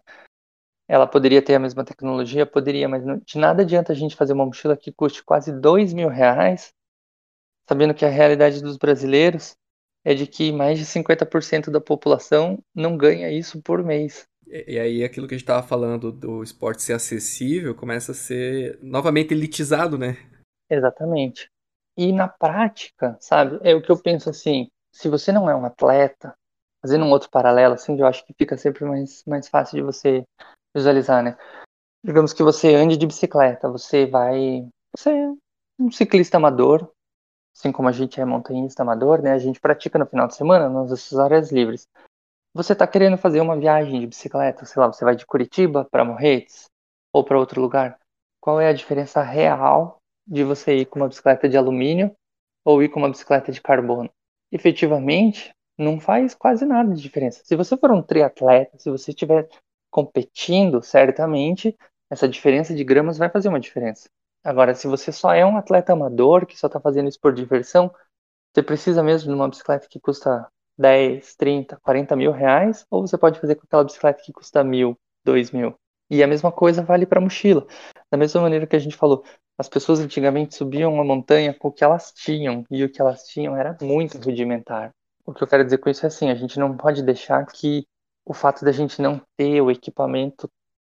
Ela poderia ter a mesma tecnologia? Poderia, mas não, de nada adianta a gente fazer uma mochila que custe quase dois mil reais, sabendo que a realidade dos brasileiros é de que mais de cinquenta por cento da população não ganha isso por mês. E, e aí aquilo que a gente tava falando do esporte ser acessível começa a ser novamente elitizado, né? Exatamente. E na prática, sabe, é o que eu penso assim, se você não é um atleta, fazendo um outro paralelo, assim, eu acho que fica sempre mais, mais fácil de você visualizar, né? Digamos que você ande de bicicleta, você vai, você é um ciclista amador, assim como a gente é montanhista amador, né? A gente pratica no final de semana nas nossas áreas livres. Você está querendo fazer uma viagem de bicicleta, sei lá, você vai de Curitiba para Morretes ou para outro lugar. Qual é a diferença real de você ir com uma bicicleta de alumínio ou ir com uma bicicleta de carbono? Efetivamente, não faz quase nada de diferença. Se você for um triatleta, se você estiver competindo, certamente essa diferença de gramas vai fazer uma diferença. Agora, se você só é um atleta amador que só está fazendo isso por diversão, você precisa mesmo de uma bicicleta que custa dez, trinta, quarenta mil reais, ou você pode fazer com aquela bicicleta que custa mil, dois mil. E a mesma coisa vale para mochila. Da mesma maneira que a gente falou, as pessoas antigamente subiam uma montanha com o que elas tinham, e o que elas tinham era muito rudimentar. O que eu quero dizer com isso é assim, a gente não pode deixar que o fato da gente não ter o equipamento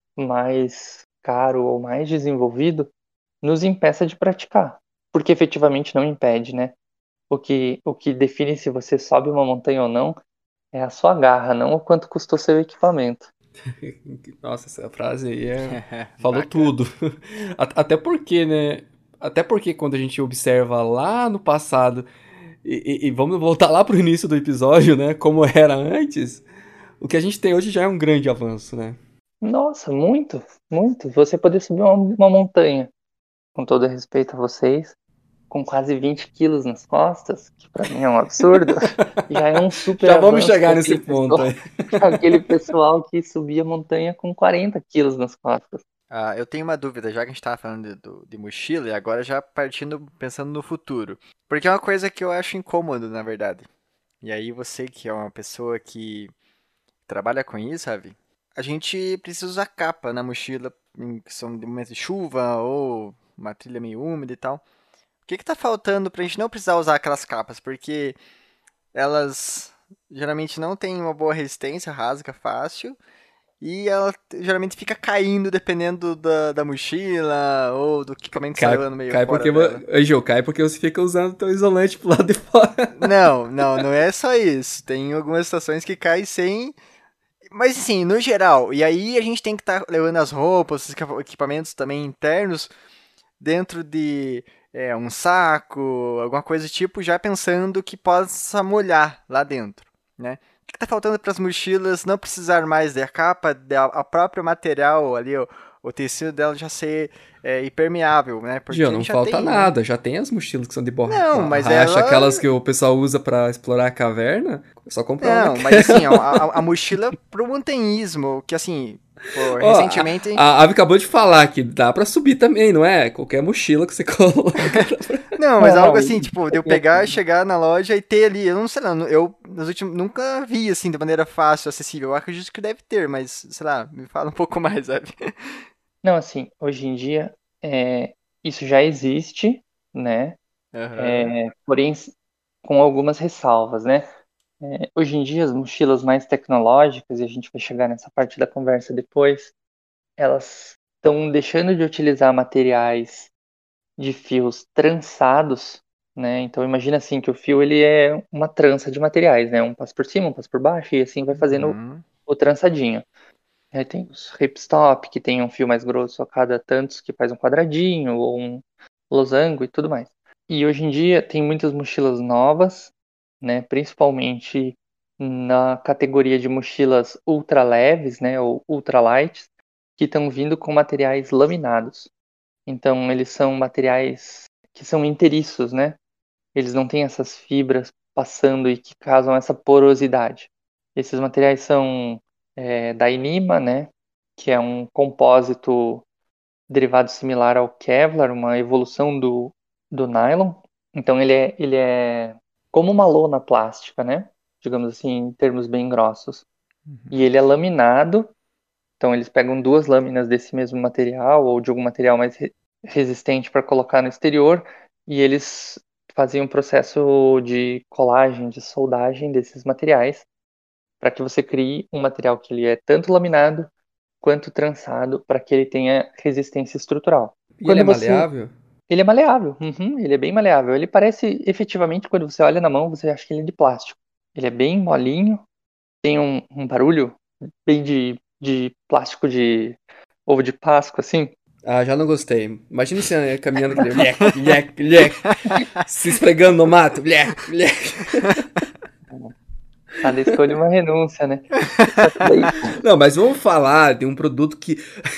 mais caro ou mais desenvolvido nos impeça de praticar. Porque efetivamente não impede, né? O que, o que define se você sobe uma montanha ou não é a sua garra, não o quanto custou seu equipamento. Nossa, essa frase aí é... falou Bacana. tudo. A- Até porque, né? Até porque quando a gente observa lá no passado, e, e- e vamos voltar lá pro início do episódio, né? Como era antes, o que a gente tem hoje já é um grande avanço, né? Nossa, muito, muito. Você poder subir uma, uma montanha, com todo respeito a vocês, com quase vinte quilos nas costas, que pra mim é um absurdo, já é um super Já vamos avanço chegar para nesse aquele ponto pessoal, aí. pra aquele pessoal que subia a montanha com quarenta quilos nas costas. Ah, eu tenho uma dúvida, já que a gente tava falando de, do- de mochila, e agora já partindo, pensando no futuro. Porque é uma coisa que eu acho incômodo, na verdade. E aí você que é uma pessoa que trabalha com isso, sabe? A gente precisa usar capa na mochila em questão de momento de chuva ou uma trilha meio úmida e tal. O que que tá faltando pra gente não precisar usar aquelas capas? Porque elas geralmente não têm uma boa resistência, rasga fácil. E ela geralmente fica caindo dependendo da, da mochila ou do equipamento Cai, saindo meio cai fora porque, vo- dela. Ô, Gil, cai porque você fica usando teu isolante pro lado de fora. Não, não, não é só isso. Tem algumas situações que cai sem. Mas assim, no geral, e aí a gente tem que estar levando as roupas, os equipa- equipamentos também internos dentro de é, um saco, alguma coisa do tipo, já pensando que possa molhar lá dentro, né? O que está faltando para as mochilas não precisar mais da capa, da a próprio material ali, o, o tecido dela já ser é, impermeável, né? Porque Gil, a não gente já falta tem, né? nada. Já tem as mochilas que são de Não, mas borracha, ela. aquelas que o pessoal usa pra explorar a caverna. É só comprar uma Não, mas daquela. assim, a, a, a mochila pro montanhismo, que assim, pô, Ó, a, recentemente. a Ave acabou de falar que dá pra subir também, não é? Qualquer mochila que você coloca. Não, mas Não, algo não, assim, tipo, de eu e pegar, assim, chegar na loja e ter ali. Eu não sei lá, eu nos últimos, nunca vi assim de maneira fácil, acessível. Eu acredito que deve ter, mas sei lá, me fala um pouco mais, sabe? não, assim, hoje em dia é, isso já existe, né? Aham. É, porém, s- com algumas ressalvas, né? É, hoje em dia, as mochilas mais tecnológicas, e a gente vai chegar nessa parte da conversa depois, elas estão deixando de utilizar materiais de fios trançados né? Então imagina assim que o fio ele é uma trança de materiais, né? Um passa por cima, um passa por baixo e assim vai fazendo Uhum. o trançadinho. Aí tem os ripstop, que tem um fio mais grosso a cada tantos que faz um quadradinho ou um losango e tudo mais. E hoje em dia tem muitas mochilas novas, né? Principalmente na categoria de mochilas ultra leves, né? Ou ultra light, que estão vindo com materiais laminados. Então eles são materiais que são inteiriços, né? Eles não têm essas fibras passando e que causam essa porosidade. Esses materiais são é, da Inima, né? Que é um compósito derivado similar ao Kevlar, uma evolução do, do nylon. Então ele é, ele é como uma lona plástica, né? Digamos assim, em termos bem grossos. E ele é laminado, então eles pegam duas lâminas desse mesmo material ou de algum material mais re- resistente para colocar no exterior e eles fazem um processo de colagem, de soldagem desses materiais para que você crie um material que ele é tanto laminado quanto trançado para que ele tenha resistência estrutural. E ele é Quando você, maleável? ele é maleável, uhum, ele é bem maleável. Ele parece efetivamente quando você olha na mão você acha que ele é de plástico. Ele é bem molinho, tem um, um barulho bem de, de plástico de ovo de Páscoa, assim. Ah, já não gostei. Imagina você caminhando aquele lheque, lheque, lheque, se esfregando no mato, lheque, lheque. Cada escolha é uma renúncia, né? Só que daí. Não, mas vamos falar de um produto que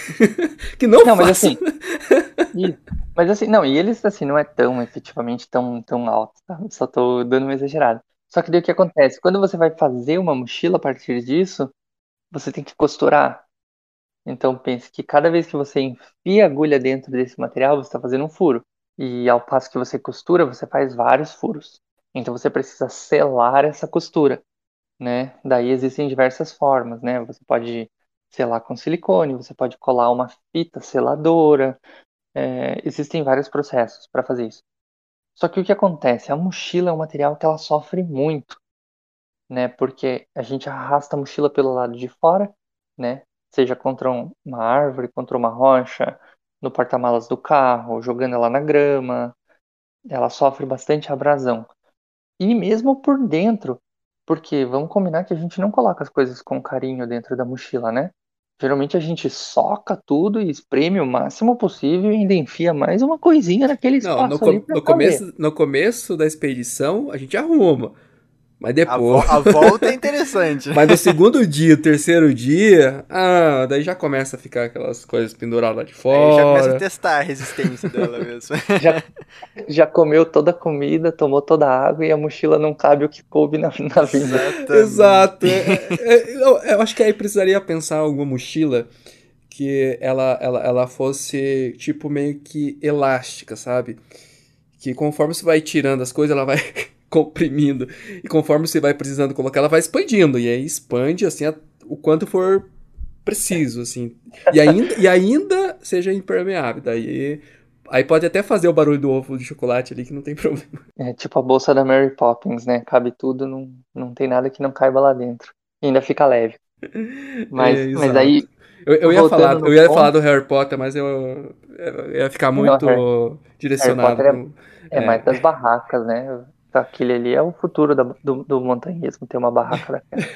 que não, Não, mas faça. assim. Isso. Mas assim, não, e eles assim não é tão efetivamente tão, tão alto, tá? Eu só tô dando uma exagerada. Só que daí o que acontece? Quando você vai fazer uma mochila a partir disso, você tem que costurar. Então pense que cada vez que você enfia a agulha dentro desse material, você está fazendo um furo. E ao passo que você costura, você faz vários furos. Então você precisa selar essa costura, né? Daí existem diversas formas, né? Você pode selar com silicone, você pode colar uma fita seladora. É, existem vários processos para fazer isso. Só que o que acontece? A mochila é um material que ela sofre muito, né? Porque a gente arrasta a mochila pelo lado de fora, né? Seja contra um- uma árvore, contra uma rocha, no porta-malas do carro, jogando ela na grama. Ela sofre bastante abrasão. E mesmo por dentro, porque vamos combinar que a gente não coloca as coisas com carinho dentro da mochila, né? Geralmente a gente soca tudo e espreme o máximo possível e ainda enfia mais uma coisinha naquele Não, no, espaço ali com- para no caber. começo, no começo da expedição a gente arruma, mas A, vo depois, a volta é interessante. mas no segundo dia, terceiro dia, ah, daí já começa a ficar aquelas coisas penduradas lá de Aí já começa a fora. testar a resistência dela mesmo. Já, já comeu toda a comida, tomou toda a água e a mochila não cabe o que coube na, na vinda. Exato. Exatamente. É- é- é- eu, eu acho que aí precisaria pensar alguma mochila que ela, ela, ela fosse tipo meio que elástica, sabe? Que conforme você vai tirando as coisas, ela vai comprimindo. E conforme você vai precisando colocar, ela vai expandindo. E aí expande assim a- o quanto for preciso, assim. E ainda, e ainda seja impermeável. Daí. Aí pode até fazer o barulho do ovo de chocolate ali, que não tem problema. É tipo a bolsa da Mary Poppins, né? Cabe tudo, não, não tem nada que não caiba lá dentro. E ainda fica leve. É, Mas, mas exato. aí, Eu, eu ia voltando falar, no eu ia falar ponto, do Harry Potter, mas eu, eu ia ficar não, Harry, muito Harry direcionado Potter pro. é, é mais É. das barracas, né? Aquele ali é o futuro da- do, do montanhismo, ter uma barraca daquela.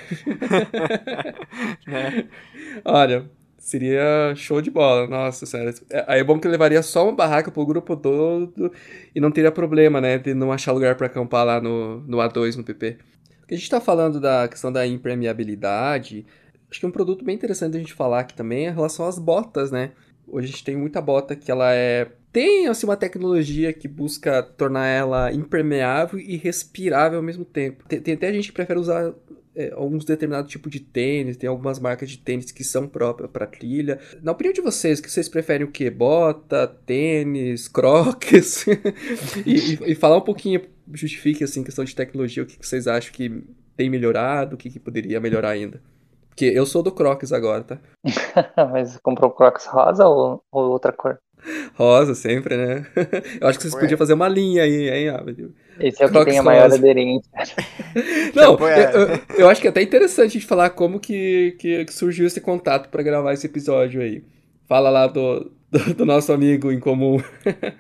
Né? Olha, seria show de bola, nossa sério. É- Aí é bom que levaria só uma barraca pro grupo todo e não teria problema, né, de não achar lugar pra acampar lá no, no A dois, no P P. Porque a gente tá falando da questão da impermeabilidade, acho que um produto bem interessante a gente falar aqui também é em relação às botas, né? Hoje a gente tem muita bota que ela é... Tem, assim, uma tecnologia que busca tornar ela impermeável e respirável ao mesmo tempo. Tem, tem até gente que prefere usar é, alguns determinados tipos de tênis, tem algumas marcas de tênis que são próprias para trilha. Na opinião de vocês, que vocês preferem o quê? Bota, tênis, crocs? e, e, e falar um pouquinho, justifique assim, questão de tecnologia, o que vocês acham que tem melhorado, o que, que poderia melhorar ainda. Porque eu sou do crocs agora, tá? Mas comprou Crocs rosa ou, ou outra cor? Rosa sempre, né? Eu acho que vocês podiam Ué, fazer uma linha aí, hein? Ah, Esse é o que tem crocs a maior rosa. aderência. Não, apoia. eu, eu, eu acho que é até interessante a gente falar como que, que, que surgiu esse contato pra gravar esse episódio aí. Fala lá do, do, do nosso amigo em comum.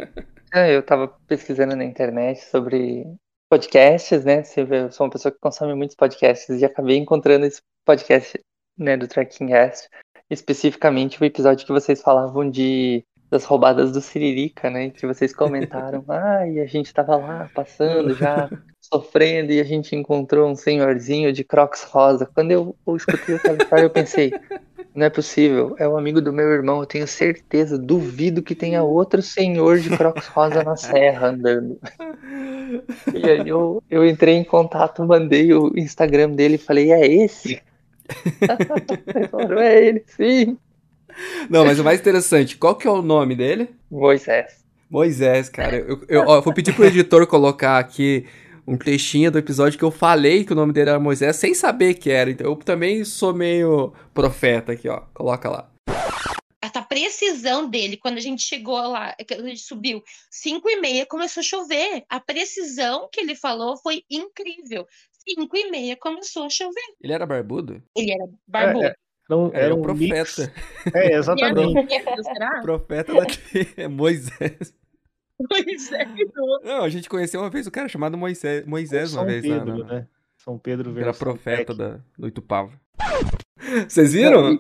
É, eu tava pesquisando na internet sobre podcasts, né? Você vê, eu sou uma pessoa que consome muitos podcasts e acabei encontrando esse podcast, né, do Trackingcast, especificamente o episódio que vocês falavam de das roubadas do Siririca, né? Que vocês comentaram, ah, e a gente tava lá passando já sofrendo e a gente encontrou um senhorzinho de Crocs rosa. Quando eu, eu escutei aquela história, eu pensei, não é possível, é um amigo do meu irmão, eu tenho certeza, duvido que tenha outro senhor de Crocs rosa na serra andando. E aí eu, eu entrei em contato, mandei o Instagram dele e falei, é esse? Ele falou, é ele, sim. Não, mas o mais interessante, qual que é o nome dele? Moisés. Moisés, cara. Eu, eu, ó, eu vou pedir pro editor colocar aqui um trechinho do episódio que eu falei que o nome dele era Moisés, sem saber que era. Então eu também sou meio profeta aqui, ó. Coloca lá. Essa precisão dele, quando a gente chegou lá, quando a gente subiu cinco e meia, começou a chover. A precisão que ele falou foi incrível. Cinco e meia começou a chover. Ele era barbudo? Ele era barbudo. É, é, não, Era era um um profeta. mix. É, exatamente. Será? Profeta da é Moisés. Pois é. Não, a gente conheceu uma vez o cara chamado Moisés, Moisés uma São vez. Pedro, na, na, né? São Pedro que era versão profeta tech. da, do Itupava. Vocês viram?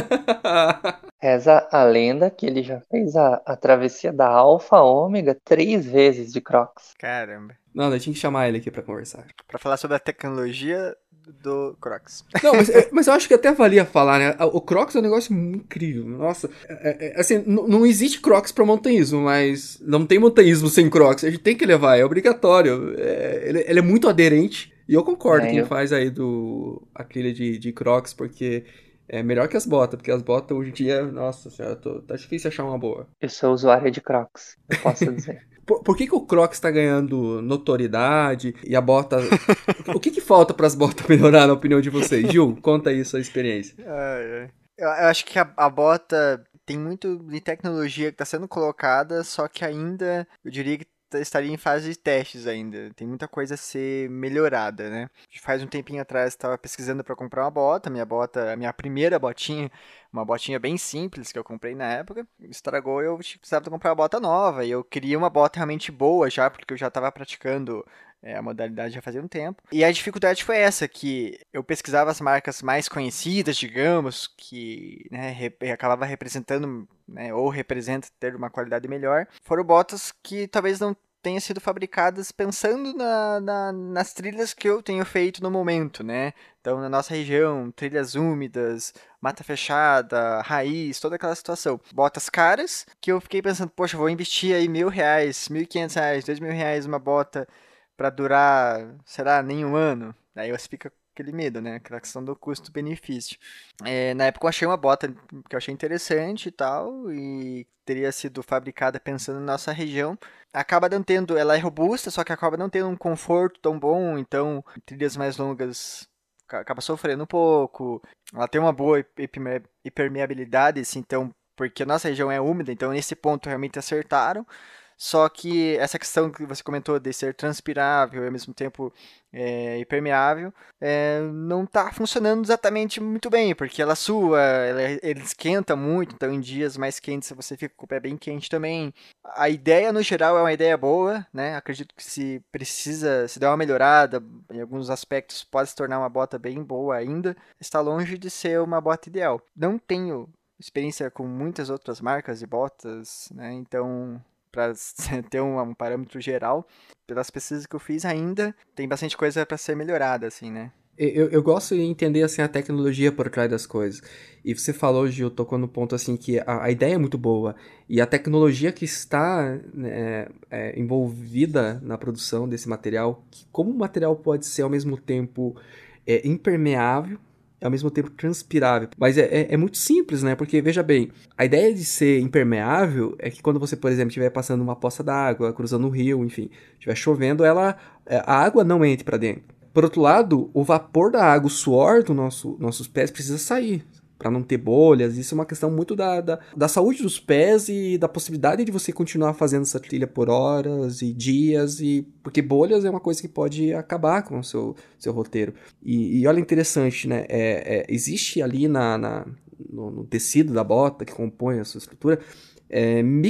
Reza a lenda que ele já fez a, a travessia da Alfa Ômega três vezes de Crocs. Caramba. Não, eu tinha que chamar ele aqui pra conversar. Pra falar sobre a tecnologia do Crocs. Não, mas, é, mas eu acho que até valia falar, né? O Crocs é um negócio incrível. Nossa, é, é, assim, n- não existe Crocs pra montanhismo, mas não tem montanhismo sem Crocs. A gente tem que levar, é obrigatório. É, ele, ele é muito aderente. E eu concordo É, quem eu- faz aí do a trilha de, de Crocs, porque é melhor que as botas, porque as botas hoje em dia, nossa senhora, tô, tá difícil achar uma boa. Eu sou usuária de Crocs, eu posso dizer. Por, por que, que o Crocs tá ganhando notoriedade e a bota. O que, que falta pras botas melhorar, na opinião de vocês? Gil, conta aí sua experiência. Ai, ai. Eu, eu acho que a, a bota tem muito de tecnologia que está sendo colocada, só que ainda, eu diria que t- estaria em fase de testes ainda. Tem muita coisa a ser melhorada, né? Faz um tempinho atrás estava pesquisando para comprar uma bota, minha bota, a minha primeira botinha, uma botinha bem simples que eu comprei na época, estragou e eu precisava comprar uma bota nova. E eu queria uma bota realmente boa já, porque eu já estava praticando é, a modalidade já fazia um tempo. E a dificuldade foi essa, que eu pesquisava as marcas mais conhecidas, digamos, que né, rep- acabava representando, né, ou representa ter uma qualidade melhor. Foram botas que talvez não tenham sido fabricadas pensando na, na- nas trilhas que eu tenho feito no momento, né? Então, na nossa região, trilhas úmidas, mata fechada, raiz, toda aquela situação. Botas caras, que eu fiquei pensando, poxa, vou investir aí mil reais, mil e quinhentos reais, dois mil reais uma bota pra durar, será, nem um ano. Aí você fica com aquele medo, né? Aquela questão do custo-benefício. É, na época eu achei uma bota que eu achei interessante e tal, e teria sido fabricada pensando na nossa região. Acaba não tendo, ela é robusta, só que acaba não tendo um conforto tão bom, então trilhas mais longas ca- acaba sofrendo um pouco. Ela tem uma boa hiperme- hipermeabilidade, assim, então, porque a nossa região é úmida, então nesse ponto realmente acertaram. Só que essa questão que você comentou de ser transpirável e ao mesmo tempo é, impermeável é, não está funcionando exatamente muito bem, porque ela sua, ela, ele esquenta muito, então em dias mais quentes você fica com o pé bem quente também. A ideia no geral é uma ideia boa, né? Acredito que se precisa, se der uma melhorada em alguns aspectos, pode se tornar uma bota bem boa ainda. Está longe de ser uma bota ideal. Não tenho experiência com muitas outras marcas de botas, né? Então para ter um, um parâmetro geral, pelas pesquisas que eu fiz ainda, tem bastante coisa para ser melhorada, assim, né? Eu, eu gosto de entender, assim, a tecnologia por trás das coisas. E você falou, Gil, tocou no ponto, assim, que a, a ideia é muito boa. E a tecnologia que está né, é, envolvida na produção desse material, que como o material pode ser, ao mesmo tempo, é, impermeável, ao mesmo tempo transpirável. Mas é, é, é muito simples, né? Porque, veja bem, a ideia de ser impermeável é que quando você, por exemplo, estiver passando uma poça d'água, cruzando um rio, enfim, estiver chovendo, ela, a água não entre para dentro. Por outro lado, o vapor da água, o suor dos nosso, nossos pés precisa sair, para não ter bolhas. Isso é uma questão muito da, da, da saúde dos pés e da possibilidade de você continuar fazendo essa trilha por horas e dias, e porque bolhas é uma coisa que pode acabar com o seu, seu roteiro. E, e olha, interessante, né? É, é, existe ali na, na, no, no tecido da bota que compõe a sua estrutura é, micro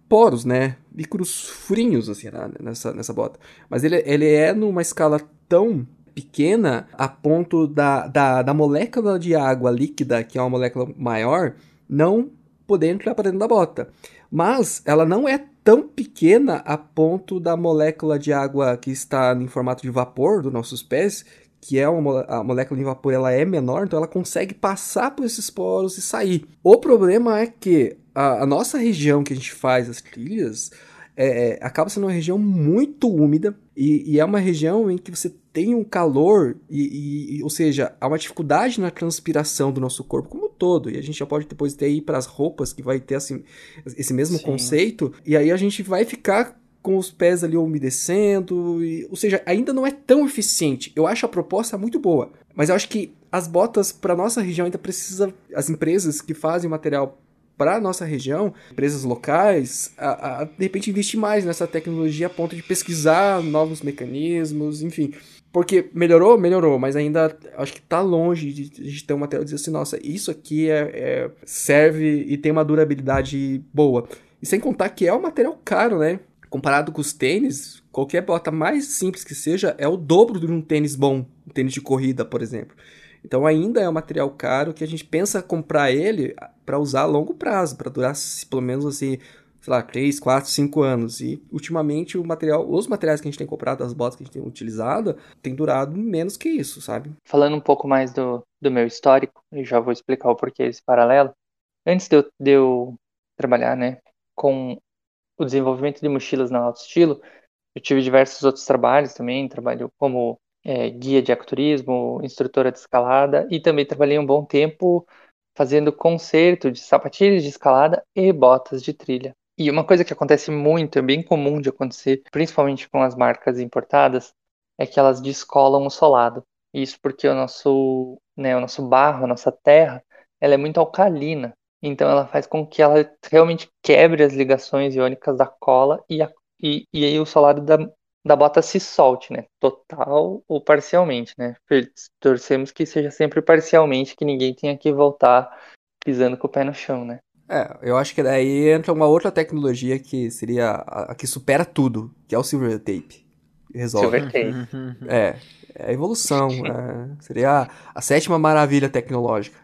poros, né? Micros furinhos, assim, nessa, nessa bota. Mas ele, ele é numa escala tão pequena a ponto da, da, da molécula de água líquida, que é uma molécula maior, não poder entrar para dentro da bota. Mas ela não é tão pequena a ponto da molécula de água que está em formato de vapor dos nossos pés, que é uma, a molécula de vapor, ela é menor, então ela consegue passar por esses poros e sair. O problema é que a, a nossa região que a gente faz as trilhas é, é, acaba sendo uma região muito úmida e, e é uma região em que você tem um calor, e, e, ou seja, há uma dificuldade na transpiração do nosso corpo como um todo, e a gente já pode depois ter ir para as roupas que vai ter assim, esse mesmo Sim. conceito, e aí a gente vai ficar com os pés ali umedecendo, e, ou seja, ainda não é tão eficiente. Eu acho a proposta muito boa, mas eu acho que as botas para nossa região ainda precisa, as empresas que fazem material para nossa região, empresas locais, a, a, de repente investir mais nessa tecnologia a ponto de pesquisar novos mecanismos, enfim. Porque melhorou, melhorou, mas ainda acho que tá longe de, de ter um material e dizer assim, nossa, isso aqui é, é, serve e tem uma durabilidade boa. E sem contar que é um material caro, né? Comparado com os tênis, qualquer bota mais simples que seja é o dobro de um tênis bom, um tênis de corrida, por exemplo. Então ainda é um material caro que a gente pensa comprar ele para usar a longo prazo, para durar pelo menos assim, sei lá, três, quatro, cinco anos. E ultimamente o material, os materiais que a gente tem comprado, as botas que a gente tem utilizado, tem durado menos que isso, sabe? Falando um pouco mais do, do meu histórico, eu já vou explicar o porquê desse paralelo. Antes de eu, de eu trabalhar, né, com o desenvolvimento de mochilas na Alto Estilo, eu tive diversos outros trabalhos também, trabalho como é, guia de ecoturismo, instrutora de escalada, e também trabalhei um bom tempo fazendo conserto de sapatilhas de escalada e botas de trilha. E uma coisa que acontece muito, é bem comum de acontecer, principalmente com as marcas importadas, é que elas descolam o solado. Isso porque o nosso, né, o nosso barro, a nossa terra, ela é muito alcalina. Então ela faz com que ela realmente quebre as ligações iônicas da cola e, a, e, e aí o solado da, da bota se solte, né? Total ou parcialmente, né? Torcemos que seja sempre parcialmente, que ninguém tenha que voltar pisando com o pé no chão, né? É, eu acho que daí entra uma outra tecnologia que seria a, a que supera tudo, que é o Silver Tape. Resolve. Silver Tape. É, é a evolução. É, seria a, a sétima maravilha tecnológica.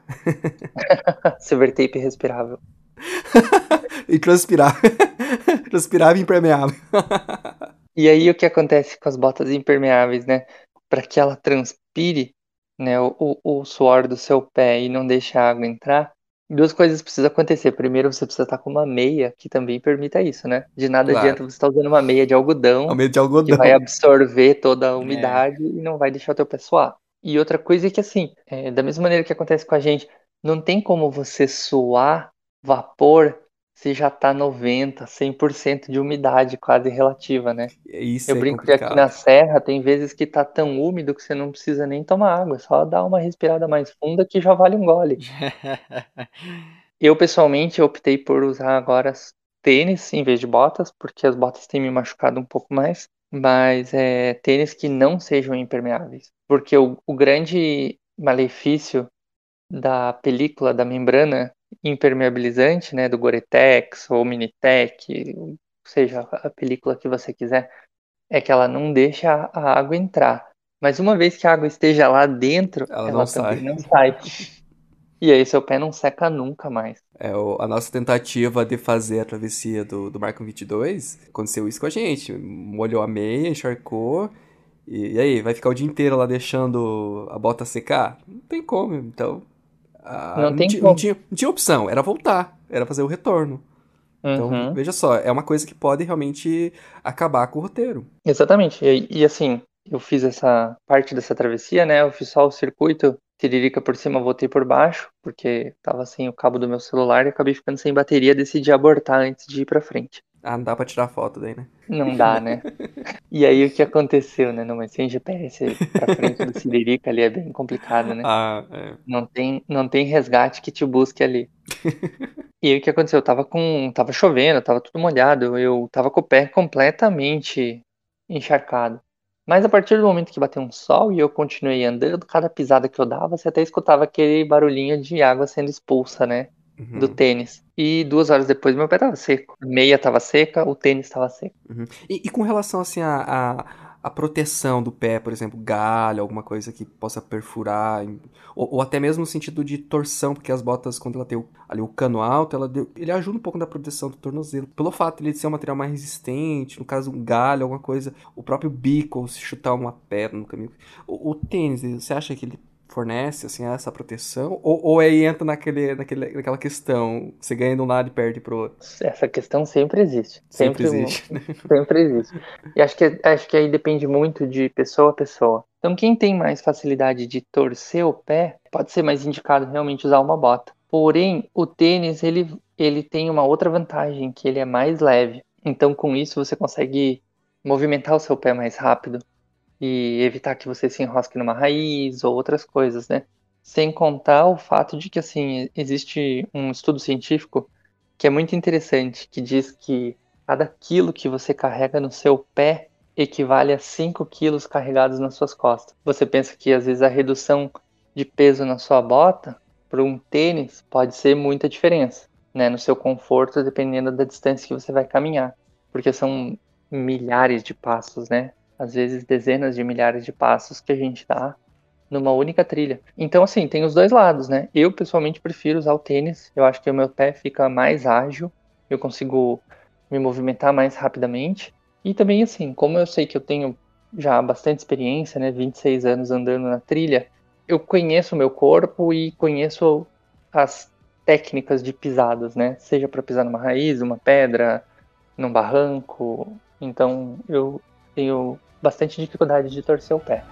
Silver Tape respirável. E transpirável. Transpirável e impermeável. E aí o que acontece com as botas impermeáveis, né? Para que ela transpire, né, o, o, o suor do seu pé e não deixe a água entrar, duas coisas precisam acontecer. Primeiro, você precisa estar com uma meia que também permita isso, né? De nada Claro. adianta você estar usando uma meia de algodão, Uma meia de algodão que vai absorver toda a umidade é. e não vai deixar o teu pé suar. E outra coisa é que, assim, é, da mesma maneira que acontece com a gente, não tem como você suar vapor se já tá noventa, cem por cento de umidade quase relativa, né? Isso Eu é brinco complicado. que aqui na serra tem vezes que tá tão úmido que você não precisa nem tomar água, é só dar uma respirada mais funda que já vale um gole. Eu, pessoalmente, optei por usar agora tênis em vez de botas, porque as botas têm me machucado um pouco mais, mas é, tênis que não sejam impermeáveis. Porque o, o grande malefício da película, da membrana impermeabilizante, né, do Gore-Tex ou Minitec, ou seja, a película que você quiser, é que ela não deixa a água entrar. Mas uma vez que a água esteja lá dentro, ela, ela não também sai. não sai. E aí seu pé não seca nunca mais. É, o, a nossa tentativa de fazer a travessia do, do Marco vinte e dois, aconteceu isso com a gente. Molhou a meia, encharcou, e, e aí, vai ficar o dia inteiro lá deixando a bota secar? Não tem como, então... A, não, não, tem tinha, como. Não, tinha, não tinha opção, era voltar, era fazer o retorno. Então, Uhum. veja só, é uma coisa que pode realmente acabar com o roteiro. Exatamente, e, e assim, eu fiz essa parte dessa travessia, né, eu fiz só o circuito, Tiririca por cima, voltei por baixo, porque tava sem o cabo do meu celular e acabei ficando sem bateria, decidi abortar antes de ir pra frente. Ah, não dá pra tirar foto daí, né? Não dá, né? E aí o que aconteceu, né, mas sem G P S pra frente do Tiririca ali é bem complicado, né? Ah, é. Não tem, não tem resgate que te busque ali. E aí o que aconteceu? Eu tava com. Tava chovendo, tava tudo molhado, eu tava com o pé completamente encharcado. Mas a partir do momento que bateu um sol e eu continuei andando, cada pisada que eu dava, você até escutava aquele barulhinho de água sendo expulsa, né? do Uhum. tênis. E duas horas depois meu pé tava seco. A meia tava seca, o tênis tava seco. Uhum. E, e com relação assim à a, a, proteção do pé, por exemplo, galho, alguma coisa que possa perfurar, em- ou, ou até mesmo no sentido de torção, porque as botas, quando ela tem o, ali o cano alto, ela deu- ele ajuda um pouco na proteção do tornozelo. Pelo fato de ele ser um material mais resistente, no caso um galho, alguma coisa, o próprio bico, ou se chutar uma pedra no caminho. O, o tênis, você acha que ele fornece assim essa proteção? Ou, ou aí entra naquele, naquele, naquela questão, você ganha de um lado e perde pro outro? Essa questão sempre existe. Sempre Sempre, existe. sempre existe. E acho que, acho que aí depende muito de pessoa a pessoa. Então, quem tem mais facilidade de torcer o pé, pode ser mais indicado realmente usar uma bota. Porém, o tênis, ele, ele tem uma outra vantagem, que ele é mais leve. Então, com isso, você consegue movimentar o seu pé mais rápido e evitar que você se enrosque numa raiz ou outras coisas, né? Sem contar o fato de que, assim, existe um estudo científico que é muito interessante, que diz que cada quilo que você carrega no seu pé equivale a cinco quilos carregados nas suas costas. Você pensa que, às vezes, a redução de peso na sua bota para um tênis pode ser muita diferença, né? No seu conforto, dependendo da distância que você vai caminhar. Porque são milhares de passos, né? Às vezes dezenas de milhares de passos que a gente dá numa única trilha. Então, assim, tem os dois lados, né? Eu, pessoalmente, prefiro usar o tênis. Eu acho que o meu pé fica mais ágil, eu consigo me movimentar mais rapidamente. E também, assim, como eu sei que eu tenho já bastante experiência, né? vinte e seis anos andando na trilha, eu conheço o meu corpo e conheço as técnicas de pisadas, né? Seja para pisar numa raiz, uma pedra, num barranco. Então, eu tenho bastante dificuldade de torcer o pé.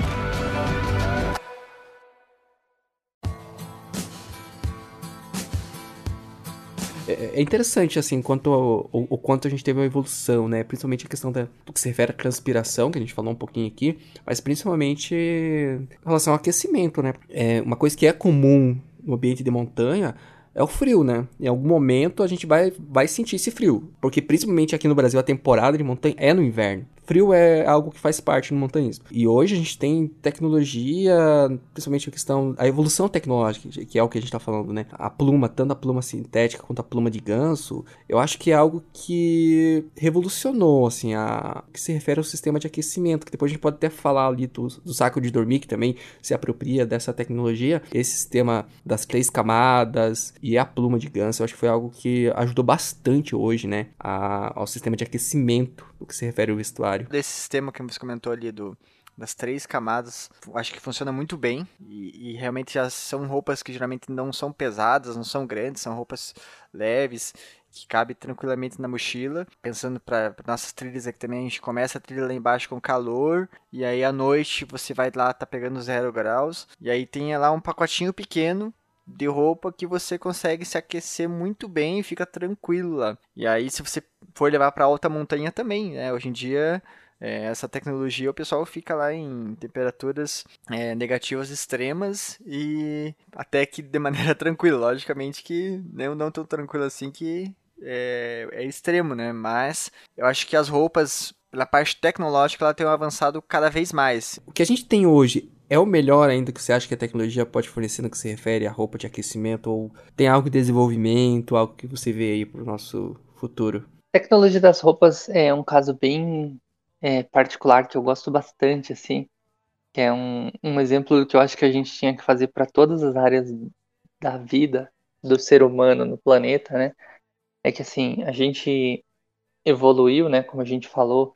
É é interessante, assim, quanto ao- o, o quanto a gente teve uma evolução, né? Principalmente a questão da, do que se refere à transpiração, que a gente falou um pouquinho aqui, mas principalmente em relação ao aquecimento, né? É, uma coisa que é comum no ambiente de montanha é o frio, né? Em algum momento a gente vai, vai sentir esse frio, porque principalmente aqui no Brasil a temporada de montanha é no inverno. Frio é algo que faz parte do montanhismo. E hoje a gente tem tecnologia, principalmente a questão, a evolução tecnológica, que é o que a gente tá falando, né? A pluma, tanto a pluma sintética quanto a pluma de ganso, eu acho que é algo que revolucionou, assim, a que se refere ao sistema de aquecimento, que depois a gente pode até falar ali do, do saco de dormir, que também se apropria dessa tecnologia. Esse sistema das três camadas e a pluma de ganso, eu acho que foi algo que ajudou bastante hoje, né? A, ao sistema de aquecimento, no que se refere ao vestuário. Desse sistema que você comentou ali do, das três camadas, acho que funciona muito bem e, e realmente já são roupas que geralmente não são pesadas, não são grandes, são roupas leves que cabe tranquilamente na mochila. Pensando para nossas trilhas aqui também, a gente começa a trilha lá embaixo com calor e aí à noite você vai lá, tá pegando zero graus e aí tem lá um pacotinho pequeno de roupa que você consegue se aquecer muito bem e fica tranquilo lá. E aí, se você for levar para alta montanha também, né? Hoje em dia, é, essa tecnologia, o pessoal fica lá em temperaturas é, negativas extremas e até que de maneira tranquila. Logicamente que não, não tão tranquilo assim que é, é extremo, né? Mas eu acho que as roupas, pela parte tecnológica, ela tem avançado cada vez mais. O que a gente tem hoje é o melhor ainda que você acha que a tecnologia pode fornecer no que se refere à roupa de aquecimento? Ou tem algo de desenvolvimento, algo que você vê aí pro nosso futuro? A tecnologia das roupas é um caso bem é, particular que eu gosto bastante, assim, que é um, um exemplo que eu acho que a gente tinha que fazer para todas as áreas da vida do ser humano no planeta, né? É que, assim, a gente evoluiu, né, como a gente falou,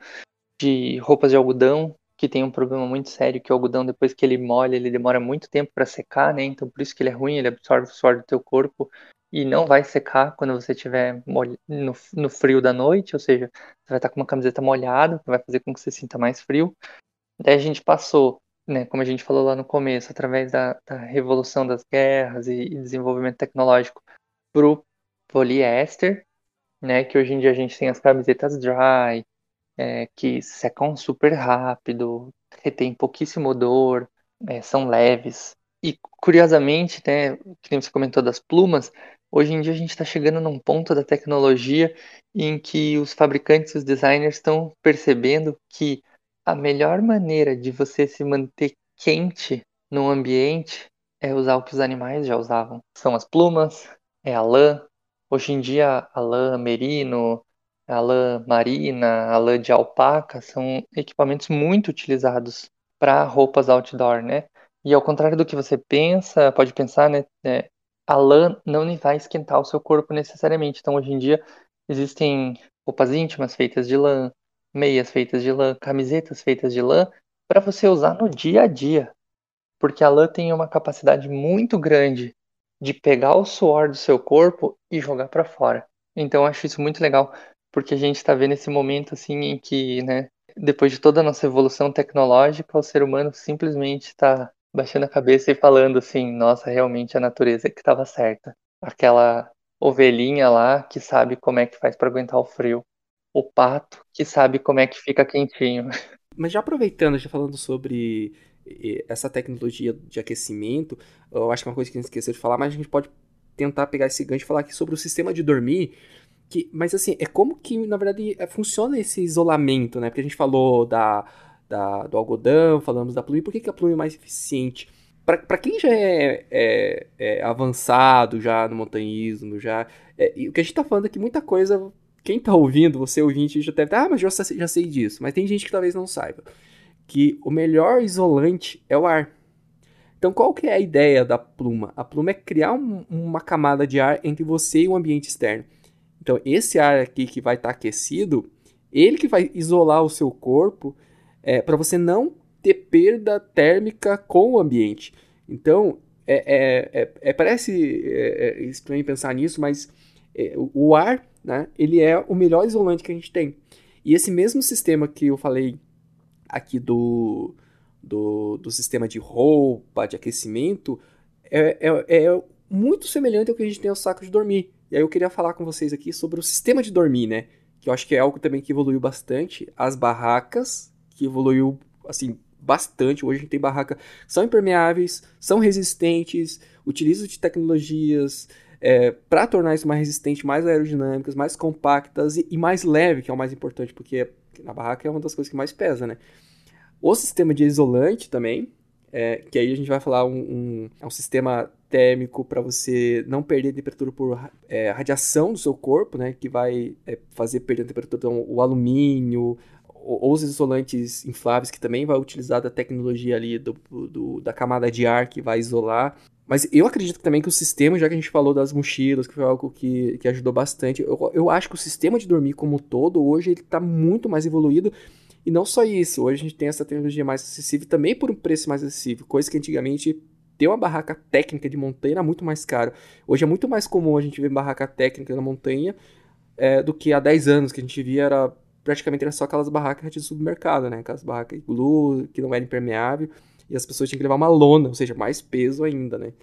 de roupas de algodão, que tem um problema muito sério, que o algodão, depois que ele molha, ele demora muito tempo para secar, né? Então, por isso que ele é ruim, ele absorve o suor do teu corpo e não vai secar quando você estiver no, no frio da noite, ou seja, você vai estar com uma camiseta molhada, que vai fazer com que você sinta mais frio. Daí a gente passou, né, como a gente falou lá no começo, através da, da revolução das guerras e, e desenvolvimento tecnológico, pro poliéster, né, que hoje em dia a gente tem as camisetas dry, é, que secam super rápido, retém pouquíssimo odor, é, são leves. E curiosamente, né, que nem você comentou das plumas, hoje em dia a gente está chegando num ponto da tecnologia em que os fabricantes, os designers estão percebendo que a melhor maneira de você se manter quente num ambiente é usar o que os animais já usavam. São as plumas, é a lã. Hoje em dia, a lã merino, a lã marina, a lã de alpaca são equipamentos muito utilizados para roupas outdoor, né? E ao contrário do que você pensa, pode pensar, né? é, a lã não vai esquentar o seu corpo necessariamente. Então, hoje em dia, existem roupas íntimas feitas de lã, meias feitas de lã, camisetas feitas de lã, para você usar no dia a dia. Porque a lã tem uma capacidade muito grande de pegar o suor do seu corpo e jogar para fora. Então eu acho isso muito legal, porque a gente está vendo esse momento assim em que, né, depois de toda a nossa evolução tecnológica, o ser humano simplesmente está baixando a cabeça e falando assim, nossa, realmente a natureza é que estava certa. Aquela ovelhinha lá que sabe como é que faz para aguentar o frio. O pato que sabe como é que fica quentinho. Mas já aproveitando, já falando sobre eh, essa tecnologia de aquecimento, eu acho que é uma coisa que a gente esqueceu de falar, mas a gente pode tentar pegar esse gancho e falar aqui sobre o sistema de dormir, que, mas assim, é como que, na verdade, é, funciona esse isolamento, né? Porque a gente falou da, da- do algodão, falamos da plume, por que, que a plume é mais eficiente? Para quem já é, é- é avançado já no montanhismo, já, é, e o que a gente tá falando aqui, muita coisa, quem tá ouvindo, você ouvinte, já deve estar, ah, mas eu já, sei- já sei disso, mas tem gente que talvez não saiba, que o melhor isolante é o ar. Então, qual que é a ideia da pluma? A pluma é criar um- uma camada de ar entre você e o ambiente externo. Então, esse ar aqui que vai estar aquecido, ele que vai isolar o seu corpo para você não ter perda térmica com o ambiente. Então, é, é- é- é- parece é, é estranho pensar nisso, mas é, o, o ar, né, ele é o melhor isolante que a gente tem. E esse mesmo sistema que eu falei aqui do, do, do sistema de roupa, de aquecimento, é, é, é muito semelhante ao que a gente tem ao saco de dormir. E aí eu queria falar com vocês aqui sobre o sistema de dormir, né? Que eu acho que é algo também que evoluiu bastante. As barracas, que evoluiu, assim, bastante. Hoje a gente tem barracas que são impermeáveis, são resistentes, utilizam de tecnologias é, para tornar isso mais resistente, mais aerodinâmicas, mais compactas e, e mais leve, que é o mais importante, porque na barraca é uma das coisas que mais pesa, né? O sistema de isolante também, é, que aí a gente vai falar um, um, é um sistema térmico para você não perder a temperatura por é, radiação do seu corpo, né? Que vai é, fazer perder a temperatura. Então, o alumínio, ou, ou os isolantes infláveis, que também vai utilizar da tecnologia ali do, do, da camada de ar que vai isolar. Mas eu acredito também que o sistema, já que a gente falou das mochilas, que foi algo que, que ajudou bastante, eu, eu acho que o sistema de dormir como um todo, hoje, ele está muito mais evoluído. E não só isso, hoje a gente tem essa tecnologia mais acessível também por um preço mais acessível, coisa que antigamente ter uma barraca técnica de montanha era muito mais caro. Hoje é muito mais comum a gente ver barraca técnica na montanha é, do que há dez anos, que a gente via era praticamente era só aquelas barracas de supermercado, né? Aquelas barracas glue, que não era impermeável, e as pessoas tinham que levar uma lona, ou seja, mais peso ainda, né?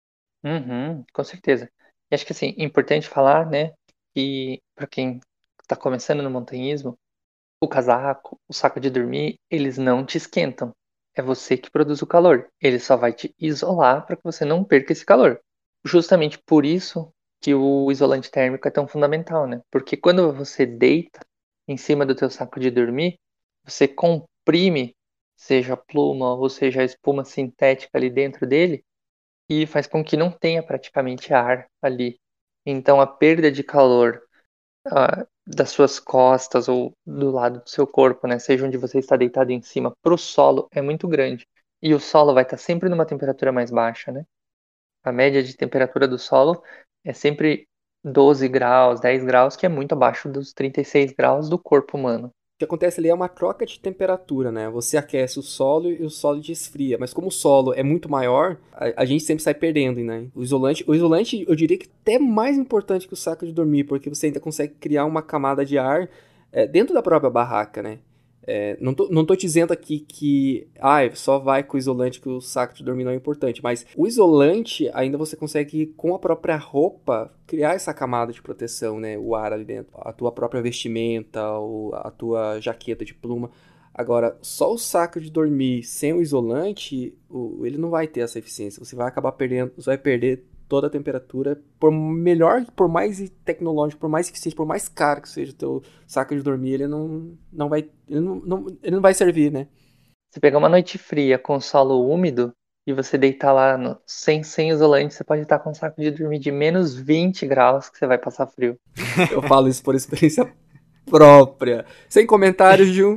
Uhum, com certeza. E acho que assim, é importante falar, né, que para quem está começando no montanhismo, o casaco, o saco de dormir, eles não te esquentam. É você que produz o calor. Ele só vai te isolar para que você não perca esse calor. Justamente por isso que o isolante térmico é tão fundamental, né? Porque quando você deita em cima do teu saco de dormir, você comprime, seja a pluma ou seja a espuma sintética ali dentro dele, e faz com que não tenha praticamente ar ali. Então a perda de calor ah, das suas costas ou do lado do seu corpo, né, seja onde você está deitado em cima, para o solo é muito grande. E o solo vai estar sempre numa temperatura mais baixa, né? A média de temperatura do solo é sempre doze graus, dez graus, que é muito abaixo dos trinta e seis graus do corpo humano. O que acontece ali é uma troca de temperatura, né? Você aquece o solo e o solo te esfria. Mas como o solo é muito maior, a, a gente sempre sai perdendo, né? O isolante, o isolante, eu diria que até mais importante que o saco de dormir, porque você ainda consegue criar uma camada de ar é, dentro da própria barraca, né? É, não, tô, não tô dizendo aqui que ah, só vai com o isolante que o saco de dormir não é importante, mas o isolante ainda você consegue, com a própria roupa, criar essa camada de proteção, né? O ar ali dentro, a tua própria vestimenta, ou a tua jaqueta de pluma. Agora, só o saco de dormir sem o isolante, o, ele não vai ter essa eficiência. Você vai acabar perdendo, você vai perder toda a temperatura, por melhor, por mais tecnológico, por mais eficiente, por mais caro que seja o teu saco de dormir, ele não, não vai, ele não, não, ele não vai servir, né? Se pegar uma noite fria com solo úmido, e você deitar lá no, sem, sem isolante, você pode estar com um saco de dormir de menos vinte graus que você vai passar frio. Eu falo isso por experiência própria. Sem comentários, Gil.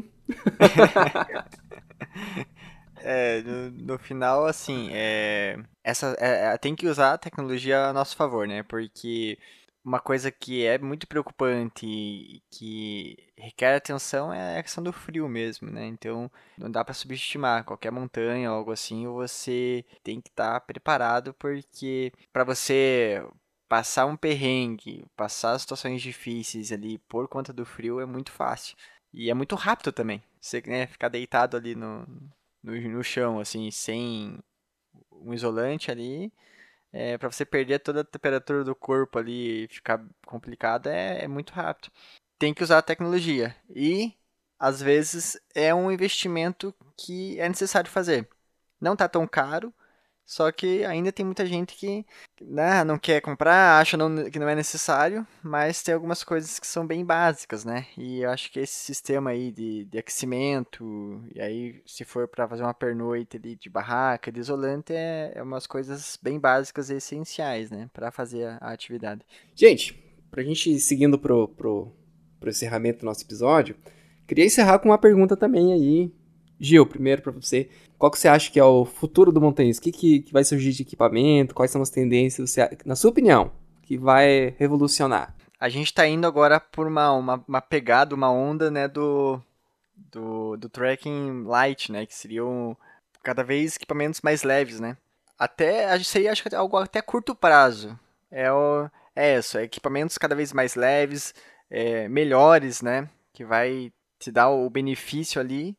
É, no, no final, assim, é, essa, é, é, tem que usar a tecnologia a nosso favor, né? Porque uma coisa que é muito preocupante e que requer atenção é a questão do frio mesmo, né? Então, não dá para subestimar qualquer montanha ou algo assim, você tem que estar preparado, porque para você passar um perrengue, passar situações difíceis ali por conta do frio é muito fácil. E é muito rápido também. Você, né, ficar deitado ali no, no, no chão, assim, sem um isolante ali, é, para você perder toda a temperatura do corpo ali e ficar complicado, é, é muito rápido. Tem que usar a tecnologia. E, às vezes, é um investimento que é necessário fazer. Não tá tão caro, só que ainda tem muita gente que, né, não quer comprar, acha não- que não é necessário, mas tem algumas coisas que são bem básicas, né? E eu acho que esse sistema aí de, de aquecimento, e aí se for para fazer uma pernoite ali de barraca, de isolante, é, é umas coisas bem básicas e essenciais, né, para fazer a, a atividade. Gente, pra gente ir seguindo pro, pro, pro encerramento do nosso episódio, queria encerrar com uma pergunta também aí. Gil, primeiro pra você. Qual que você acha que é o futuro do montanhismo? O que, que, que vai surgir de equipamento? Quais são as tendências, você, na sua opinião, que vai revolucionar? A gente tá indo agora por uma, uma, uma pegada, uma onda, né, do, do, do trekking light, né, que seriam cada vez equipamentos mais leves, né. Até, a gente seria, acho que algo até curto prazo. É, o, é isso, é equipamentos cada vez mais leves, é, melhores, né, que vai te dar o benefício ali,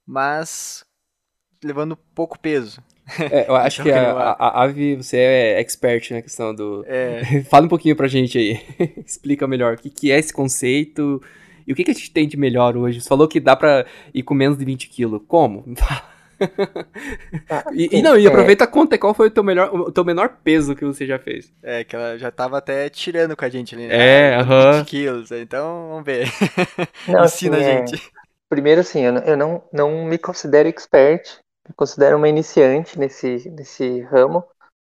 mas levando pouco peso. É, eu acho Então, que que a, nem uma, a, a Avi, você é expert na questão do... é, Fala um pouquinho pra gente aí. Explica melhor o que, que é esse conceito e o que, que a gente tem de melhor hoje. Você falou que dá pra ir com menos de vinte quilos. Como? Tá, E, e sim, não, e é, aproveita e conta aí qual foi o teu, melhor, o teu menor peso que você já fez. é, que ela já tava até tirando com a gente ali, né? Ah, É, levando vinte aham. quilos, então vamos ver. não, Ensina assim, a é, gente. primeiro assim, eu, não- eu não, não me considero expert, me considero uma iniciante nesse, nesse ramo,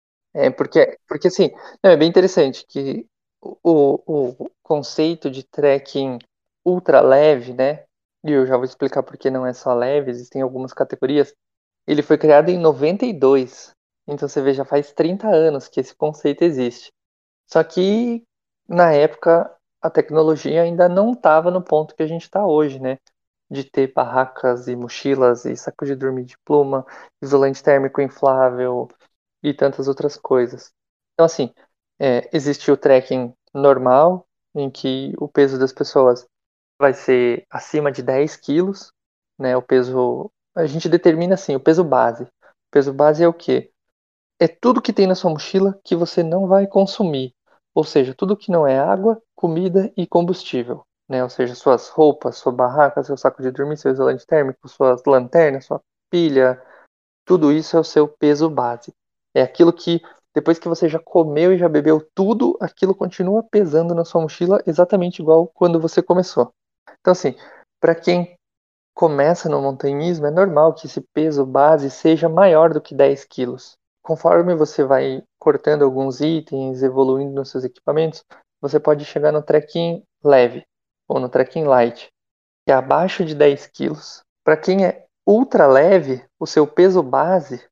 é, porque, porque assim, não, é bem interessante que o, o, o conceito de trekking ultra leve, né, e eu já vou explicar por que não é só leve, existem algumas categorias, ele foi criado em noventa e dois, então você vê, já faz trinta anos que esse conceito existe. Só que, na época, a tecnologia ainda não estava no ponto que a gente está hoje, né? De ter barracas e mochilas e sacos de dormir de pluma, isolante térmico inflável e tantas outras coisas. Então, assim, é, existe o trekking normal, em que o peso das pessoas vai ser acima de dez quilos, né? O peso, a gente determina assim, o peso base. O peso base é o quê? É tudo que tem na sua mochila que você não vai consumir. Ou seja, tudo que não é água, comida e combustível. Né? Ou seja, suas roupas, sua barraca, seu saco de dormir, seu isolante térmico, suas lanternas, sua pilha, tudo isso é o seu peso base. É aquilo que, depois que você já comeu e já bebeu tudo, aquilo continua pesando na sua mochila exatamente igual quando você começou. Então, assim, para quem começa no montanhismo, é normal que esse peso base seja maior do que dez quilos. Conforme você vai cortando alguns itens, evoluindo nos seus equipamentos, você pode chegar no trekking leve ou no trekking light, que é abaixo de dez quilos. Para quem é ultra leve, o seu peso base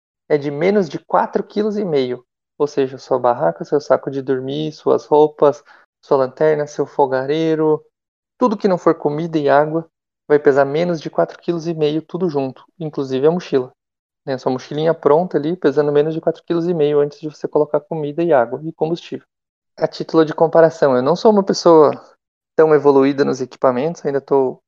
é de menos de quatro vírgula cinco quilos. Ou seja, sua barraca, seu saco de dormir, suas roupas, sua lanterna, seu fogareiro, tudo que não for comida e água vai pesar menos de quatro vírgula cinco quilos tudo junto, inclusive a mochila. Né? Sua mochilinha pronta ali, pesando menos de quatro vírgula cinco quilos antes de você colocar comida e água e combustível. A título de comparação, eu não sou uma pessoa tão evoluída nos equipamentos, ainda estou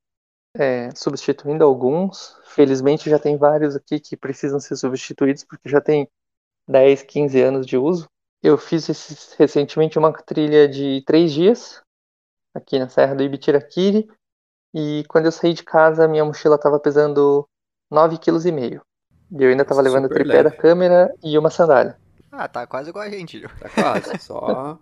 é, substituindo alguns. Felizmente já tem vários aqui que precisam ser substituídos porque já tem dez, quinze anos de uso. Eu fiz esse, recentemente uma trilha de três dias aqui na Serra do Ibitiraquiri. E quando eu saí de casa, minha mochila estava pesando nove vírgula cinco quilos. E eu ainda estava levando o Super tripé da leve. câmera e uma sandália. Ah, tá quase igual a gente, Gil. Tá quase, só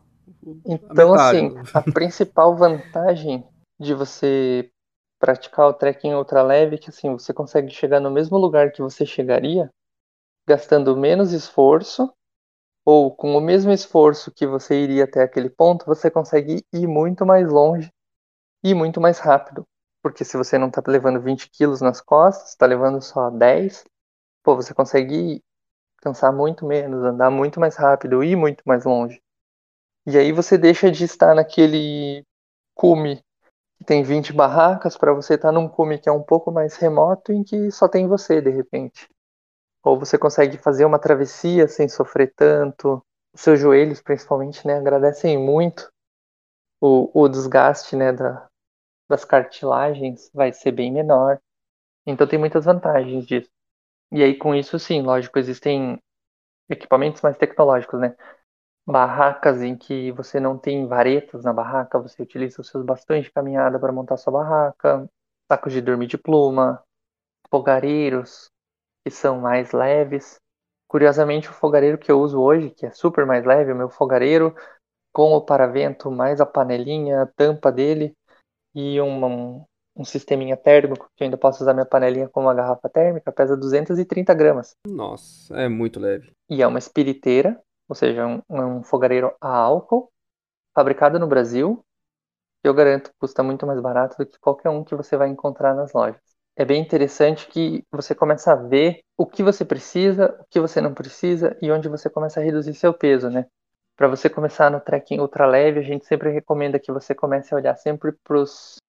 a Então, metade. assim, a principal vantagem de você praticar o trekking ultraleve é que assim, você consegue chegar no mesmo lugar que você chegaria gastando menos esforço, ou com o mesmo esforço que você iria até aquele ponto, você consegue ir muito mais longe e muito mais rápido. Porque se você não está levando vinte quilos nas costas, está levando só dez, pô, você consegue cansar muito menos, andar muito mais rápido, ir muito mais longe. E aí você deixa de estar naquele cume que tem vinte barracas para você estar num cume que é um pouco mais remoto em que só tem você, de repente. Ou você consegue fazer uma travessia sem sofrer tanto. Os seus joelhos, principalmente, né, agradecem muito. O, o desgaste, né, da, das cartilagens vai ser bem menor. Então tem muitas vantagens disso. E aí com isso, sim, lógico, existem equipamentos mais tecnológicos, né? Barracas em que você não tem varetas na barraca, você utiliza os seus bastões de caminhada para montar sua barraca, sacos de dormir de pluma, fogareiros que são mais leves. Curiosamente, o fogareiro que eu uso hoje, que é super mais leve, o meu fogareiro com o paravento mais a panelinha, a tampa dele e um, um, um sisteminha térmico, que eu ainda posso usar minha panelinha como uma garrafa térmica, pesa duzentos e trinta gramas. Nossa, é muito leve. E é uma espiriteira, ou seja, um, um fogareiro a álcool, fabricado no Brasil, que eu garanto custa muito mais barato do que qualquer um que você vai encontrar nas lojas. É bem interessante que você começa a ver o que você precisa, o que você não precisa e onde você começa a reduzir seu peso, né? Para você começar no trekking ultra leve, a gente sempre recomenda que você comece a olhar sempre para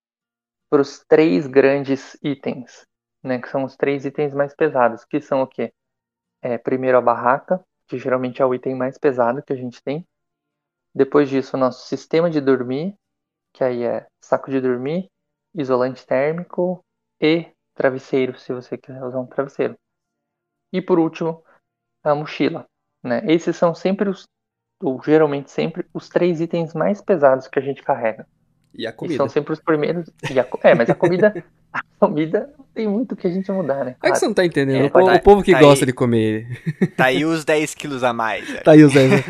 os três grandes itens, né? Que são os três itens mais pesados, que são o quê? É, primeiro a barraca, que geralmente é o item mais pesado que a gente tem. Depois disso, o nosso sistema de dormir, que aí é saco de dormir, isolante térmico e travesseiro, se você quiser usar um travesseiro. E por último, a mochila, né? Esses são sempre os, ou geralmente sempre, os três itens mais pesados que a gente carrega. E a E comida. são sempre os primeiros. E a, é, mas a comida, a comida não tem muito que a gente mudar, né? É que Claro. você não tá entendendo. É, o, povo, tá- o povo que tá gosta aí. de comer. Tá aí os dez quilos a mais, velho. Tá aí o Zé.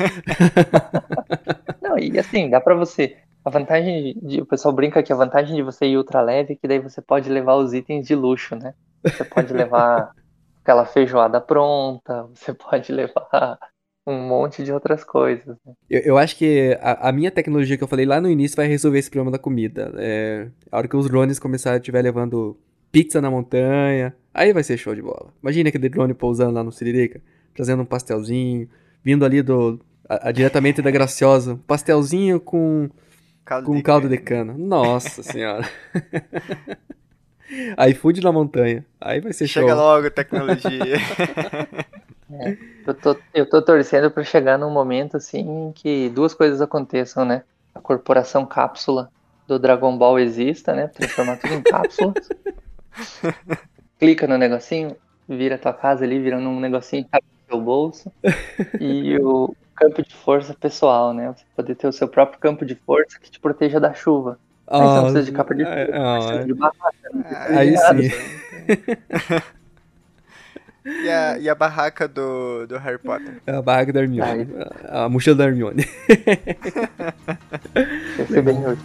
Não, e assim, dá pra você. A vantagem de. O pessoal brinca que a vantagem de você ir ultra leve é que daí você pode levar os itens de luxo, né? Você pode levar aquela feijoada pronta, você pode levar um monte de outras coisas, né? Eu, eu acho que a, a minha tecnologia que eu falei lá no início vai resolver esse problema da comida. É, a hora que os drones começarem a estiver levando pizza na montanha, aí vai ser show de bola. Imagina aquele drone pousando lá no Siririca, trazendo um pastelzinho, vindo ali do a- a- diretamente da Graciosa, um pastelzinho com, Caldo com de caldo de cana. cana. Nossa senhora. iFood na montanha, aí vai ser Chega show. logo, tecnologia. É, eu tô, eu tô torcendo pra chegar num momento assim em que duas coisas aconteçam, né? A corporação cápsula do Dragon Ball exista, né? Transformar tudo em cápsulas. Clica no negocinho, vira a tua casa ali, vira num negocinho que cabe no seu bolso. E o campo de força pessoal, né? Você poder ter o seu próprio campo de força que te proteja da chuva. Aí você não Ah, precisa de capa de chuva, não precisa ah, de barraca, não precisa de aí nada. sim. E a, e a barraca do, do Harry Potter? É a barraca da Hermione. A, a mochila da Hermione. Vai ser bem útil.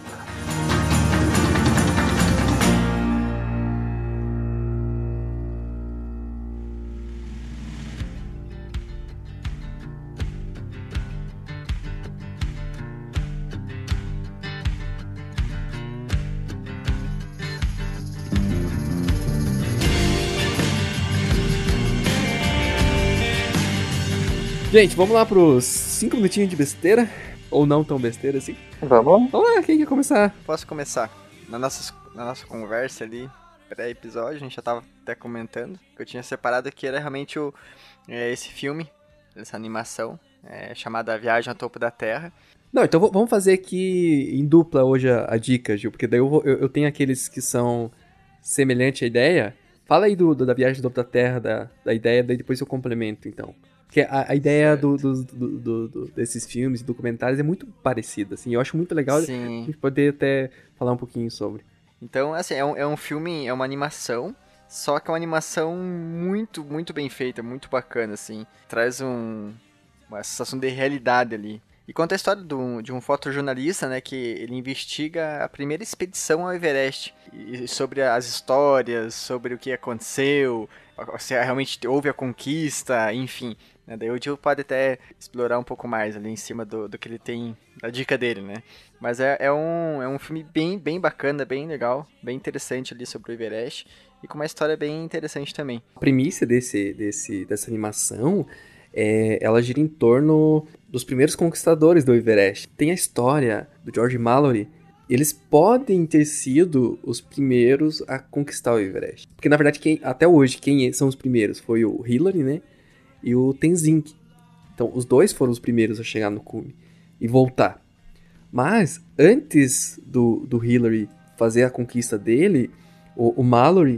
Gente, vamos lá pros cinco minutinhos de besteira. Ou não tão besteira assim. Vamos lá. Vamos lá, quem quer começar? Posso começar? Na nossa, na nossa conversa ali, pré-episódio, a gente já tava até comentando que eu tinha separado que era realmente o, é, esse filme, essa animação, é, chamada A Viagem ao Topo da Terra. Não, então v- vamos fazer aqui em dupla hoje a, a dica, Gil, porque daí eu, vou- eu, eu tenho aqueles que são semelhantes à ideia. Fala aí do, do- da viagem do topo da Terra, da, da ideia, daí depois eu complemento, então. Porque a, a ideia do, do- do- do- do- desses filmes e documentários é muito parecida, assim. Eu acho muito legal a Sim. gente poder até falar um pouquinho sobre. Então, assim, é um, é um filme, é uma animação, só que é uma animação muito, muito bem feita, muito bacana, assim. Traz um, uma sensação de realidade ali. E conta a história do, de um fotojornalista, né, que ele investiga a primeira expedição ao Everest, e sobre as histórias, sobre o que aconteceu, se realmente houve a conquista, enfim. Né, daí o Gil pode até explorar um pouco mais ali em cima do, do que ele tem, da dica dele, né. Mas é, é, um, é um filme bem, bem bacana, bem legal, bem interessante ali sobre o Everest, e com uma história bem interessante também. A premissa desse, desse, dessa animação, é, ela gira em torno dos primeiros conquistadores do Everest. Tem a história do George Mallory. Eles podem ter sido os primeiros a conquistar o Everest. Porque, na verdade, quem, até hoje, quem são os primeiros? Foi o Hillary, né? E o Tenzing. Então, os dois foram os primeiros a chegar no cume e voltar. Mas, antes do, do Hillary fazer a conquista dele, o, o Mallory,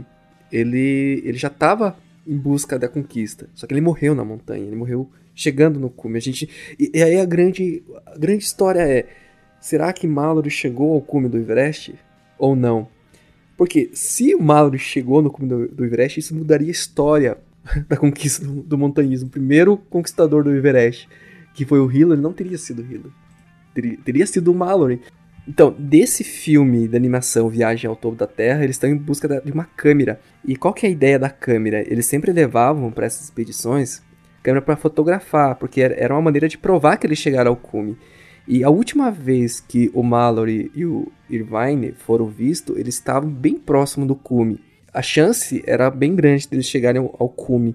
ele, ele já estava em busca da conquista. Só que ele morreu na montanha, ele morreu chegando no cume. A gente, e, e aí a grande, a grande história é, será que Mallory chegou ao cume do Everest ou não? Porque se o Mallory chegou no cume do, do Everest, isso mudaria a história da conquista do, do montanhismo. O primeiro conquistador do Everest, que foi o Hillary, não teria sido o Hillary. Teria, teria sido o Mallory. Então, desse filme de animação Viagem ao Topo da Terra, eles estão em busca de uma câmera. E qual que é a ideia da câmera? Eles sempre levavam para essas expedições câmera para fotografar, porque era uma maneira de provar que eles chegaram ao cume. E a última vez que o Mallory e o Irvine foram vistos, eles estavam bem próximo do cume. A chance era bem grande de eles chegarem ao, ao cume.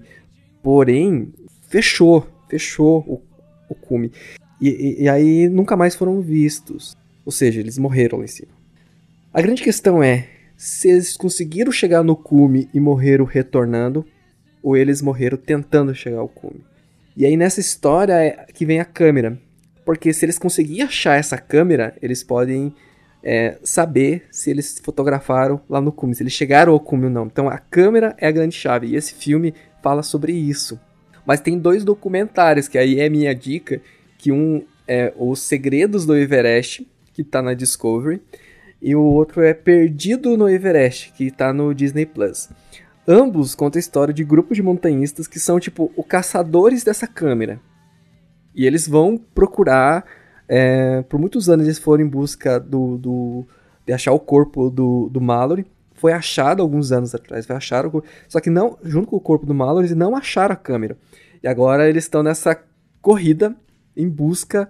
Porém, fechou, fechou o, o cume. E, e, e aí nunca mais foram vistos. Ou seja, eles morreram lá em cima. A grande questão é, se eles conseguiram chegar no cume e morreram retornando, ou eles morreram tentando chegar ao cume. E aí nessa história é que vem a câmera. Porque se eles conseguirem achar essa câmera, eles podem é, saber se eles fotografaram lá no cume, se eles chegaram ao cume ou não. Então a câmera é a grande chave, e esse filme fala sobre isso. Mas tem dois documentários, que aí é minha dica, que um é Os Segredos do Everest, que tá na Discovery, e o outro é Perdido no Everest, que tá no Disney Plus. Ambos contam a história de grupos de montanhistas que são, tipo, os caçadores dessa câmera. E eles vão procurar, é, por muitos anos eles foram em busca do, do, de achar o corpo do, do Mallory. Foi achado alguns anos atrás, foi achado, só que não, junto com o corpo do Mallory, eles não acharam a câmera. E agora eles estão nessa corrida em busca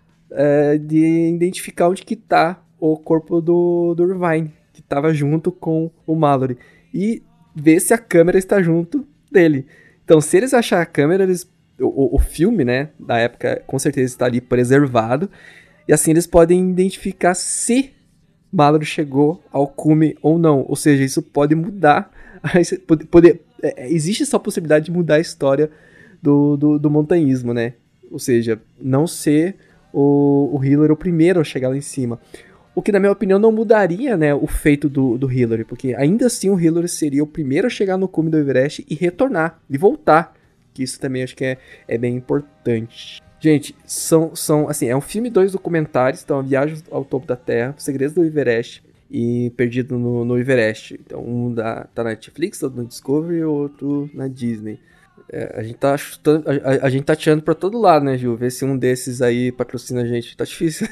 é, de identificar onde que tá o corpo do, do Irvine, que estava junto com o Mallory. E ver se a câmera está junto dele. Então, se eles acharem a câmera, eles, o, o filme, né, da época, com certeza está ali preservado. E assim eles podem identificar se Mallory chegou ao cume ou não. Ou seja, isso pode mudar. Pode, pode, é, existe essa possibilidade de mudar a história do, do, do montanhismo, né? Ou seja, não ser o, o Hillary o primeiro a chegar lá em cima. O que, na minha opinião, não mudaria, né, o feito do, do Hillary, porque ainda assim o Hillary seria o primeiro a chegar no cume do Everest e retornar, e voltar, que isso também acho que é, é bem importante. Gente, são, são, assim, é um filme e dois documentários, então, a Viagem ao Topo da Terra, Segredos do Everest e Perdido no, no Everest. Então, um da, tá na Netflix, outro no Discovery e outro na Disney. É, a, gente tá chutando, a, a gente tá tirando pra todo lado, né, Gil? Ver se um desses aí patrocina a gente. Tá difícil.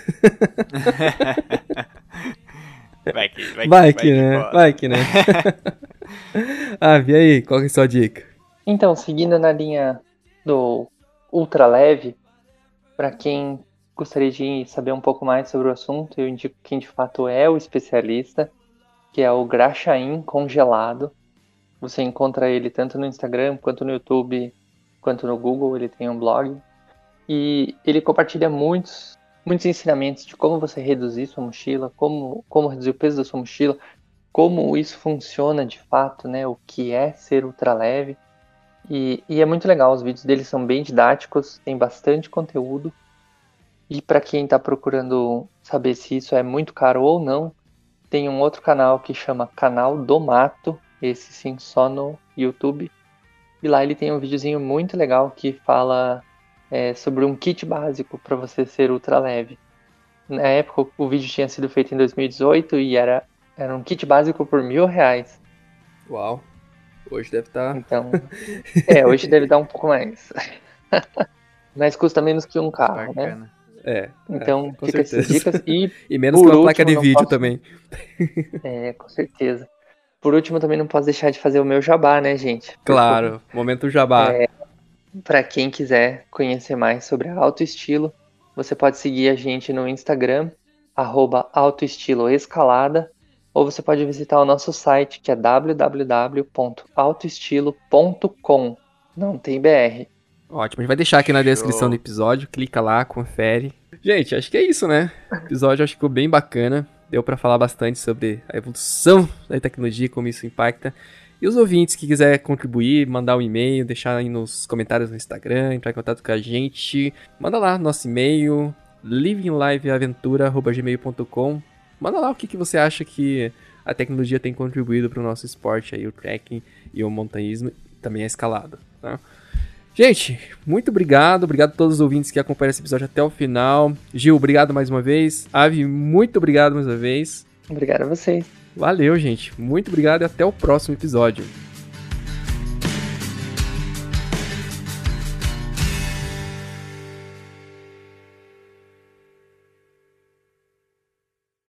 Vai que, vai que, vai que, né? Que vai que, né? Ah, e aí? Qual que é a sua dica? Então, seguindo na linha do ultra leve, para quem gostaria de saber um pouco mais sobre o assunto, eu indico quem de fato é o especialista, que é o Graxaim Congelado. Você encontra ele tanto no Instagram, quanto no YouTube, quanto no Google, ele tem um blog. E ele compartilha muitos, muitos ensinamentos de como você reduzir sua mochila, como, como reduzir o peso da sua mochila, como isso funciona de fato, né? O que é ser ultraleve. E, e é muito legal, os vídeos dele são bem didáticos, tem bastante conteúdo. E para quem está procurando saber se isso é muito caro ou não, tem um outro canal que chama Canal do Mato, esse sim só no YouTube. E lá ele tem um videozinho muito legal que fala é, sobre um kit básico para você ser ultra leve. Na época o vídeo tinha sido feito em dois mil e dezoito e era, era um kit básico por mil reais. Uau, hoje deve estar... Então, é, hoje deve dar um pouco mais. Mas custa menos que um carro, Bacana. né? É. Então, é, com fica essas certeza. dicas. E, E menos por com a placa último, de não vídeo posso- também. é, com certeza. Por último, também não posso deixar de fazer o meu jabá, né, gente? Por Claro, momento jabá. Para quem quiser conhecer mais sobre autoestilo, você pode seguir a gente no Instagram, arroba autoestiloescalada, ou você pode visitar o nosso site, que é w w w ponto autoestilo ponto com. Não tem B R. Ótimo, a gente vai deixar aqui na Show. descrição do episódio, clica lá, confere. Gente, acho que é isso, né? O episódio acho que ficou bem bacana, deu pra falar bastante sobre a evolução da tecnologia, como isso impacta. E os ouvintes que quiser contribuir, mandar um e-mail, deixar aí nos comentários no Instagram, entrar em contato com a gente, manda lá nosso e-mail, livingliveaventura arroba gmail ponto com. Manda lá o que, que você acha que a tecnologia tem contribuído para o nosso esporte aí, o trekking e o montanhismo, e também a escalada, tá? Gente, muito obrigado, obrigado a todos os ouvintes que acompanham esse episódio até o final. Gil, obrigado mais uma vez. Avi, muito obrigado mais uma vez. Obrigado a vocês. Valeu, gente. Muito obrigado e até o próximo episódio.